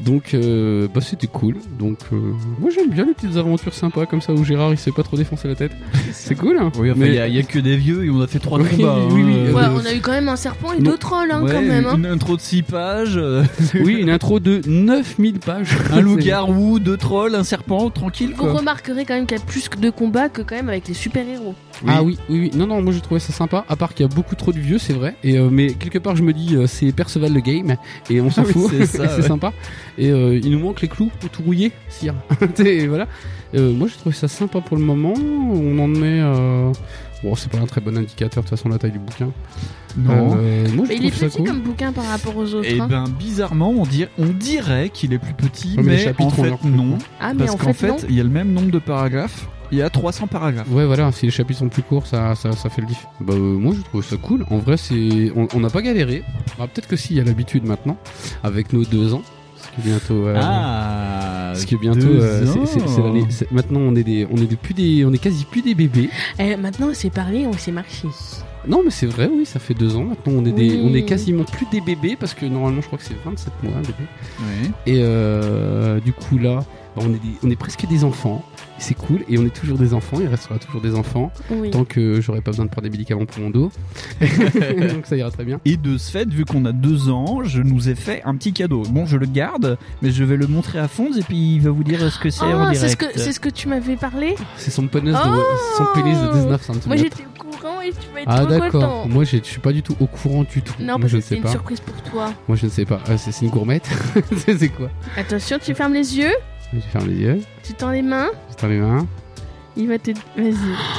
Donc, euh, bah, c'était cool. Donc, euh, moi j'aime bien les petites aventures sympas comme ça où Gérard il se fait pas trop défoncer la tête. C'est cool. Hein. Oui, enfin, il Mais- y, a- il y a que des vieux et on a fait trois Oui, combats. oui, hein. oui, Euh, Ouais, euh, on a eu quand même un serpent et non. deux trolls hein, ouais, quand même. Hein. Une intro de six pages, euh, Oui, une intro de neuf mille pages. un loup-garou, deux trolls, un serpent, tranquille Vous quoi. remarquerez quand même qu'il y a plus de combats que quand même avec les super-héros. Ah oui, oui, oui. Non, non, moi j'ai trouvé ça sympa. À part qu'il y a beaucoup trop de vieux, c'est vrai. Et euh, mais quelque part, je me dis, euh, c'est Perceval le game et on s'en Ah oui, fout. c'est ça, c'est ouais. sympa. Et euh, il nous manque les clous pour tout rouiller, sire. Et voilà. Euh, moi j'ai trouvé ça sympa pour le moment. On en est. Euh... Bon, c'est pas un très bon indicateur de toute façon la taille du bouquin. Non. Euh, moi je Mais il est trouve ça petit cool. comme bouquin par rapport aux autres. Et hein. ben bizarrement, on dirait, on dirait qu'il est plus petit, Ouais, mais les mais, chapitres en ont fait l'air plus non. courts. Ah, mais Parce en qu'en fait, non. fait, il y a le même nombre de paragraphes. Il y a trois cents paragraphes. Ouais, voilà, si les chapitres sont plus courts, ça, ça, ça fait le diff. Bah, euh, moi, je trouve ça cool. En vrai, c'est, on on n'a pas galéré. Bah, peut-être que si, il y a l'habitude maintenant, avec nos deux ans. Parce que bientôt, euh, Ah. parce que bientôt, deux euh, c'est- c'est- c'est ans. l'année- c'est- maintenant, on est des, on est des plus des, on est quasi plus des bébés. Eh, maintenant, c'est parlé, on s'est marché. Non, mais c'est vrai, oui, ça fait deux ans. Maintenant, on est des, Oui. on est quasiment plus des bébés parce que normalement, je crois que c'est vingt-sept mois, un bébé. Ouais. Et euh, du coup, là, bah, on est des, on est presque des enfants. Et c'est cool. Et on est toujours des enfants. Il restera toujours des enfants. Oui. Tant que j'aurai pas besoin de prendre des médicaments pour mon dos. Donc ça ira très bien. Et de ce fait, vu qu'on a deux ans, je nous ai fait un petit cadeau. Bon, je le garde, mais je vais le montrer à Fonz et puis il va vous dire ce que c'est en Ah, direct. c'est ce que c'est ce que tu m'avais parlé. C'est son pénis Oh de, son pénis de dix-neuf centimètres. Moi, j'étais au courant et tu vas être Ah trop d'accord. content. Moi je suis pas du tout au courant du tout. Non, Moi parce je que ne c'est sais une pas. surprise pour toi. Moi je ne sais pas. Ah, c'est c'est une gourmette. c'est c'est quoi? Attention, tu fermes les yeux, Je ferme les yeux. tu tends les mains, Je tends les mains. il va te. Vas-y.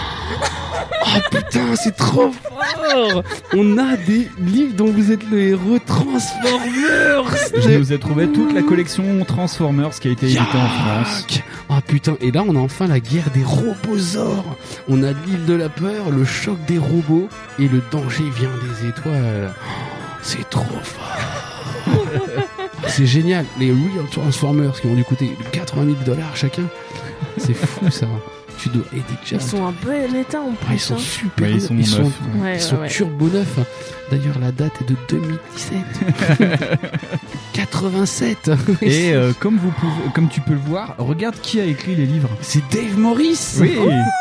Oh putain, c'est trop fort. On a des livres dont vous êtes le héros, Transformers. Je nous ai trouvé toute la collection Transformers qui a été éditée en France. Yack. Oh putain, et là on a enfin la guerre des robosaures. On a l'île de la peur, le choc des robots et le danger vient des étoiles. Oh, c'est trop fort. C'est génial, les Real Transformers qui ont dû coûter quatre-vingt mille dollars chacun. C'est fou ça. Tu dois aider Ils sont un peu en état en Ah, ils plus. sont hein. super Ouais, ils sont ils sont, neufs. Ouais, ils sont ouais, ouais. turbo neufs. D'ailleurs la date est de deux mille dix-sept. quatre-vingt-sept. Et euh, comme, vous pouvez, comme tu peux le voir, regarde qui a écrit les livres. c'est Dave Morris. Oui.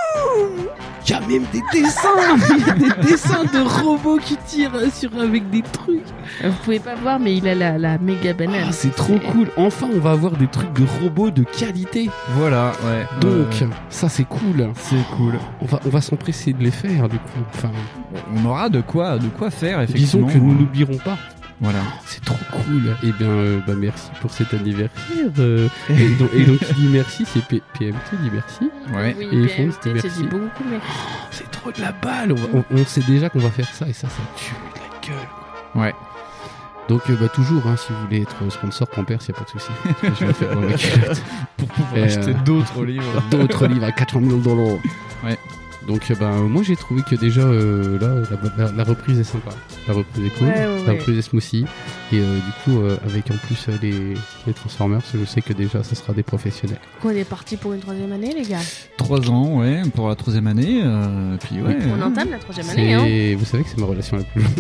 Il y a même des dessins. Il y a des dessins de robots qui tirent sur avec des trucs. Vous pouvez pas voir, mais il a la, la méga banane. Ah, c'est trop cool. Enfin, on va avoir des trucs de robots de qualité. Voilà, ouais. Donc, Euh, ça c'est cool. c'est cool. On va, on va s'empresser de les faire du coup. Enfin, On aura de quoi, de quoi faire, effectivement. disons que nous n'oublierons pas. Voilà. C'est trop cool. Et bien, euh, bah merci pour cet anniversaire. euh, et, donc, et donc, qui dit merci, c'est P- PMT dit merci. Ouais. Oui, Et ils P font, M c'était T, tu merci. dis beaucoup merci. C'est trop de la balle. On, va- on- on sait déjà qu'on va faire ça et ça, ça tue de la gueule. quoi. Ouais. Donc, euh, bah, toujours, hein, si vous voulez être sponsor Pampers, il n'y a pas de souci. Je vais faire dans ma culotte. Pour pouvoir Et, acheter euh, d'autres livres. D'autres livres à quatre-vingt mille dollars. Ouais. Donc, euh, bah, moi, j'ai trouvé que déjà, euh, là, la, la- la reprise est sympa. La reprise est cool. Ouais, ouais, La ouais. reprise est smoothie. Et euh, du coup, euh, avec en plus euh, les, les Transformers, je sais que déjà, ça sera des professionnels. On est parti pour une troisième année, les gars. Trois ans, ouais, pour la troisième année. Euh, puis ouais. On entame la troisième année, hein. C'est- Vous savez que c'est ma relation la plus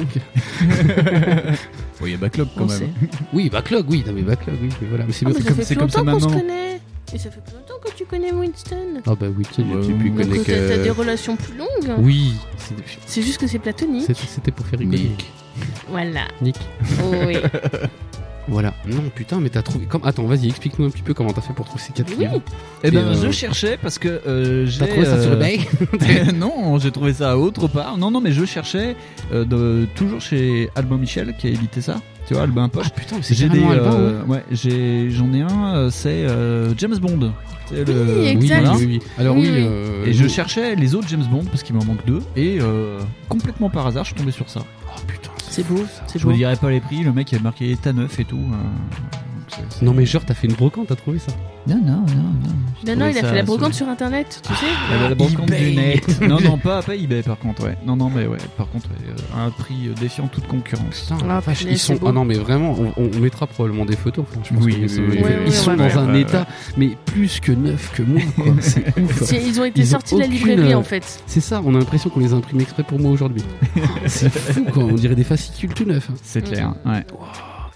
longue. Oui, il y a backlog quand On même. sait. Oui, backlog, oui. Non, mais backlog, oui. Mais voilà. Mais c'est Ah, bien. mais ça comme- fait c'est plus comme ça longtemps qu'on se maintenant. connaît. Et ça fait plus longtemps que tu connais Winston. Ah, bah oui, tu sais, Ouais, tu plus donc, Donc connais t'as t'as des que. relations plus longues. Oui. c'est- C'est juste que c'est platonique. C'était c'était pour faire rigoler. Nick. Voilà. Nick. Oh, oui. Voilà. Non, putain, mais t'as trouvé. Comme... Attends, vas-y, explique-nous un petit peu comment t'as fait pour trouver ces quatre Oui. livres. Eh ben, Et, euh, je cherchais parce que euh, j'ai. T'as trouvé ça sur euh, eBay? Non, j'ai trouvé ça autre part. Non, non, mais je cherchais euh, de, toujours chez Albin Michel qui a édité ça. Tu vois, Albin Poche. Ah putain, mais c'est J'ai des, carrément Albin, euh, ouais, j'ai, j'en ai un. euh, C'est euh, James Bond. C'est le- Oui, Oui, exact. voilà. oui, oui. Alors Oui, oui. oui. euh, Et je nous- cherchais les autres James Bond parce qu'il m'en manque deux. Et euh, complètement par hasard, je suis tombé sur ça. Oh putain. C'est beau, c'est Je vous beau. dirai pas les prix. Le mec il a marqué état neuf et tout. euh, donc c'est- c'est- Non mais genre t'as fait une brocante, t'as trouvé ça? Non, non, non, non. J'ai Non, non, trouvé il a ça fait la brocante sur- sur internet, tu sais. Ah, la brocante eBay. du net. Non, non, pas, pas eBay par contre, ouais. Non, non, mais ouais, par contre, ouais, euh, à un prix euh, défiant toute concurrence. Putain, Ah, vache, punaise, ils sont. c'est beau. Ah non mais vraiment, on, on mettra probablement des photos. Enfin, je pense Oui, qu'ils oui, sont, oui, ils oui, oui, sont ouais, dans ouais, un ouais, état, mais plus que neuf que moi. Quoi. C'est ouf. Si, ils ont été Ils ont sortis de la aucune, librairie euh, en fait. C'est ça, on a l'impression qu'on les imprime exprès pour moi aujourd'hui. C'est fou quoi, on dirait des fascicules tout neufs. hein. C'est clair, ouais.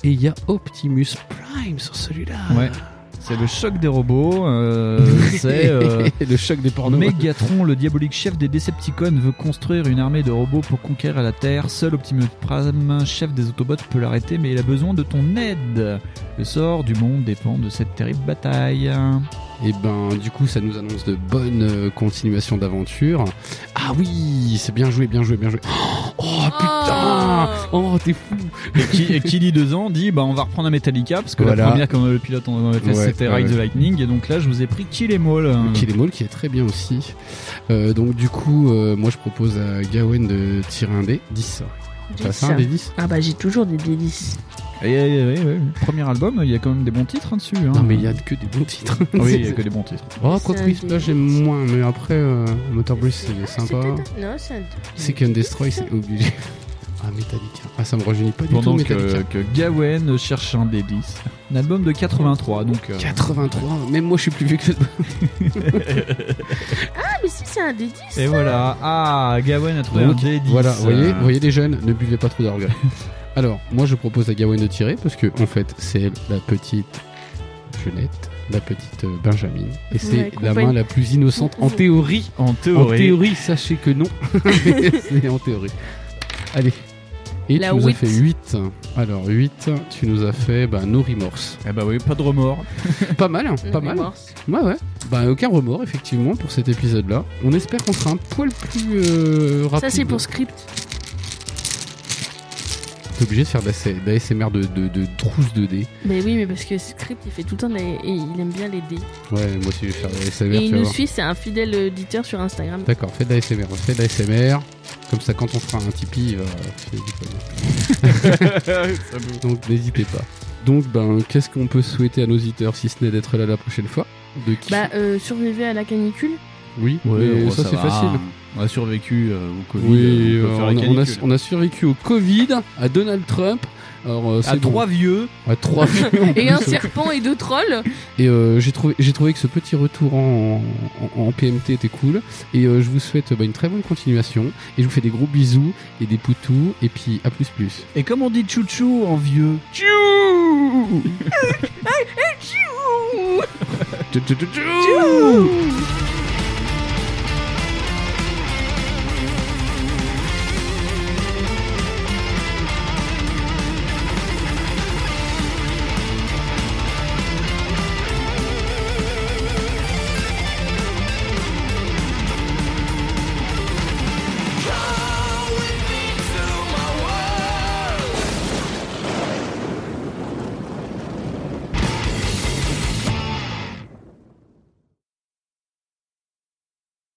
Et il y a Optimus Prime sur celui-là. Ouais. C'est le choc des robots. Euh, c'est euh, le choc des pornos. Megatron, le diabolique chef des Decepticons, veut construire une armée de robots pour conquérir la Terre. Seul Optimus Prime, chef des Autobots, peut l'arrêter, mais il a besoin de ton aide. Le sort du monde dépend de cette terrible bataille. Et ben, du coup, ça nous annonce de bonnes euh, continuations d'aventure. Ah oui, c'est bien joué, bien joué, bien joué. Oh putain, oh t'es fou. Et qui, et qui dit deux ans dit bah on va reprendre un Metallica parce que Voilà. la première comme le pilote on avait fait Ouais, c'était ouais, Ride ouais. the Lightning et donc là je vous ai pris Kill Em All. Kill Em All qui est très bien aussi. Euh, donc du coup, euh, moi je propose à Gawain de tirer un dé dix. T'as fait un dé dix? Ah bah j'ai toujours des D dix. Et, et, et, et, et, premier album il y a quand même des bons titres hein, dessus. Hein. Non mais il y a que des bons titres. Oui il y a que des bons titres. Oh quoi C'est que un oui, là j'aime moins, mais après euh, Motor Breeze c'est sympa. peut-être- Non, c'est un... Seek and Destroy c'est obligé. Ah Metallica. Ah ça me rajeunit pas du Pendant tout Metallica. que, que Gawain cherche un D dix. Un album de quatre-vingt-trois donc. Euh... quatre-vingt-trois, même moi je suis plus vieux que Ah mais si c'est un D dix. Et voilà, ah Gawain a trouvé Donc, un D dix. voilà, vous voyez, euh, vous voyez les jeunes, ne buvez pas trop d'orgueil. Alors, moi je propose à Gawain de tirer parce que en fait c'est elle, la petite Jeunette, la petite euh, Benjamin, et c'est Ouais, la compagne. main la plus innocente en théorie. En En théorie. théorie, sachez que non, mais c'est en théorie. Allez. Et La tu nous as huit. fait huit. Alors huit, tu nous as fait bah, No Remorse. Eh bah oui, pas de remords. Pas mal, hein, pas mal. Ouais, ouais. Bah, aucun remords, effectivement, pour cet épisode-là. On espère qu'on sera un poil plus euh, rapide. Ça c'est pour script. T'es obligé de faire d'A S M R de, de, de trousse de dés. Mais oui, mais parce que script il fait tout le temps des... et il aime bien les dés. Ouais, moi aussi je vais faire de l'A S M R. Et tu il vas nous voir. suit, c'est un fidèle auditeur sur Instagram. D'accord, fais de l'A S M R. Fais de l'A S M R. Comme ça, quand on fera un Tipeee, il va filer du pognon. Donc n'hésitez pas. Donc, ben, qu'est-ce qu'on peut souhaiter à nos auditeurs si ce n'est d'être là la prochaine fois? De qui? Bah, euh, survivez à la canicule. Oui, Ouais, mais oh, ça, c'est va. facile. On a survécu euh, au Covid. Oui, on peut euh, faire on, la a, on, a, canicule. on a survécu au Covid, à Donald Trump. Alors, euh, à c'est bon. trois vieux. À trois vieux, en Et plus. un serpent et deux trolls. Et euh, j'ai trouvé, j'ai trouvé que ce petit retour en, en, en P M T était cool. Et euh, je vous souhaite bah, une très bonne continuation. Et je vous fais des gros bisous et des poutous. Et puis à plus plus. Et comme on dit chouchou en vieux. Tchou tchou tchou tchou.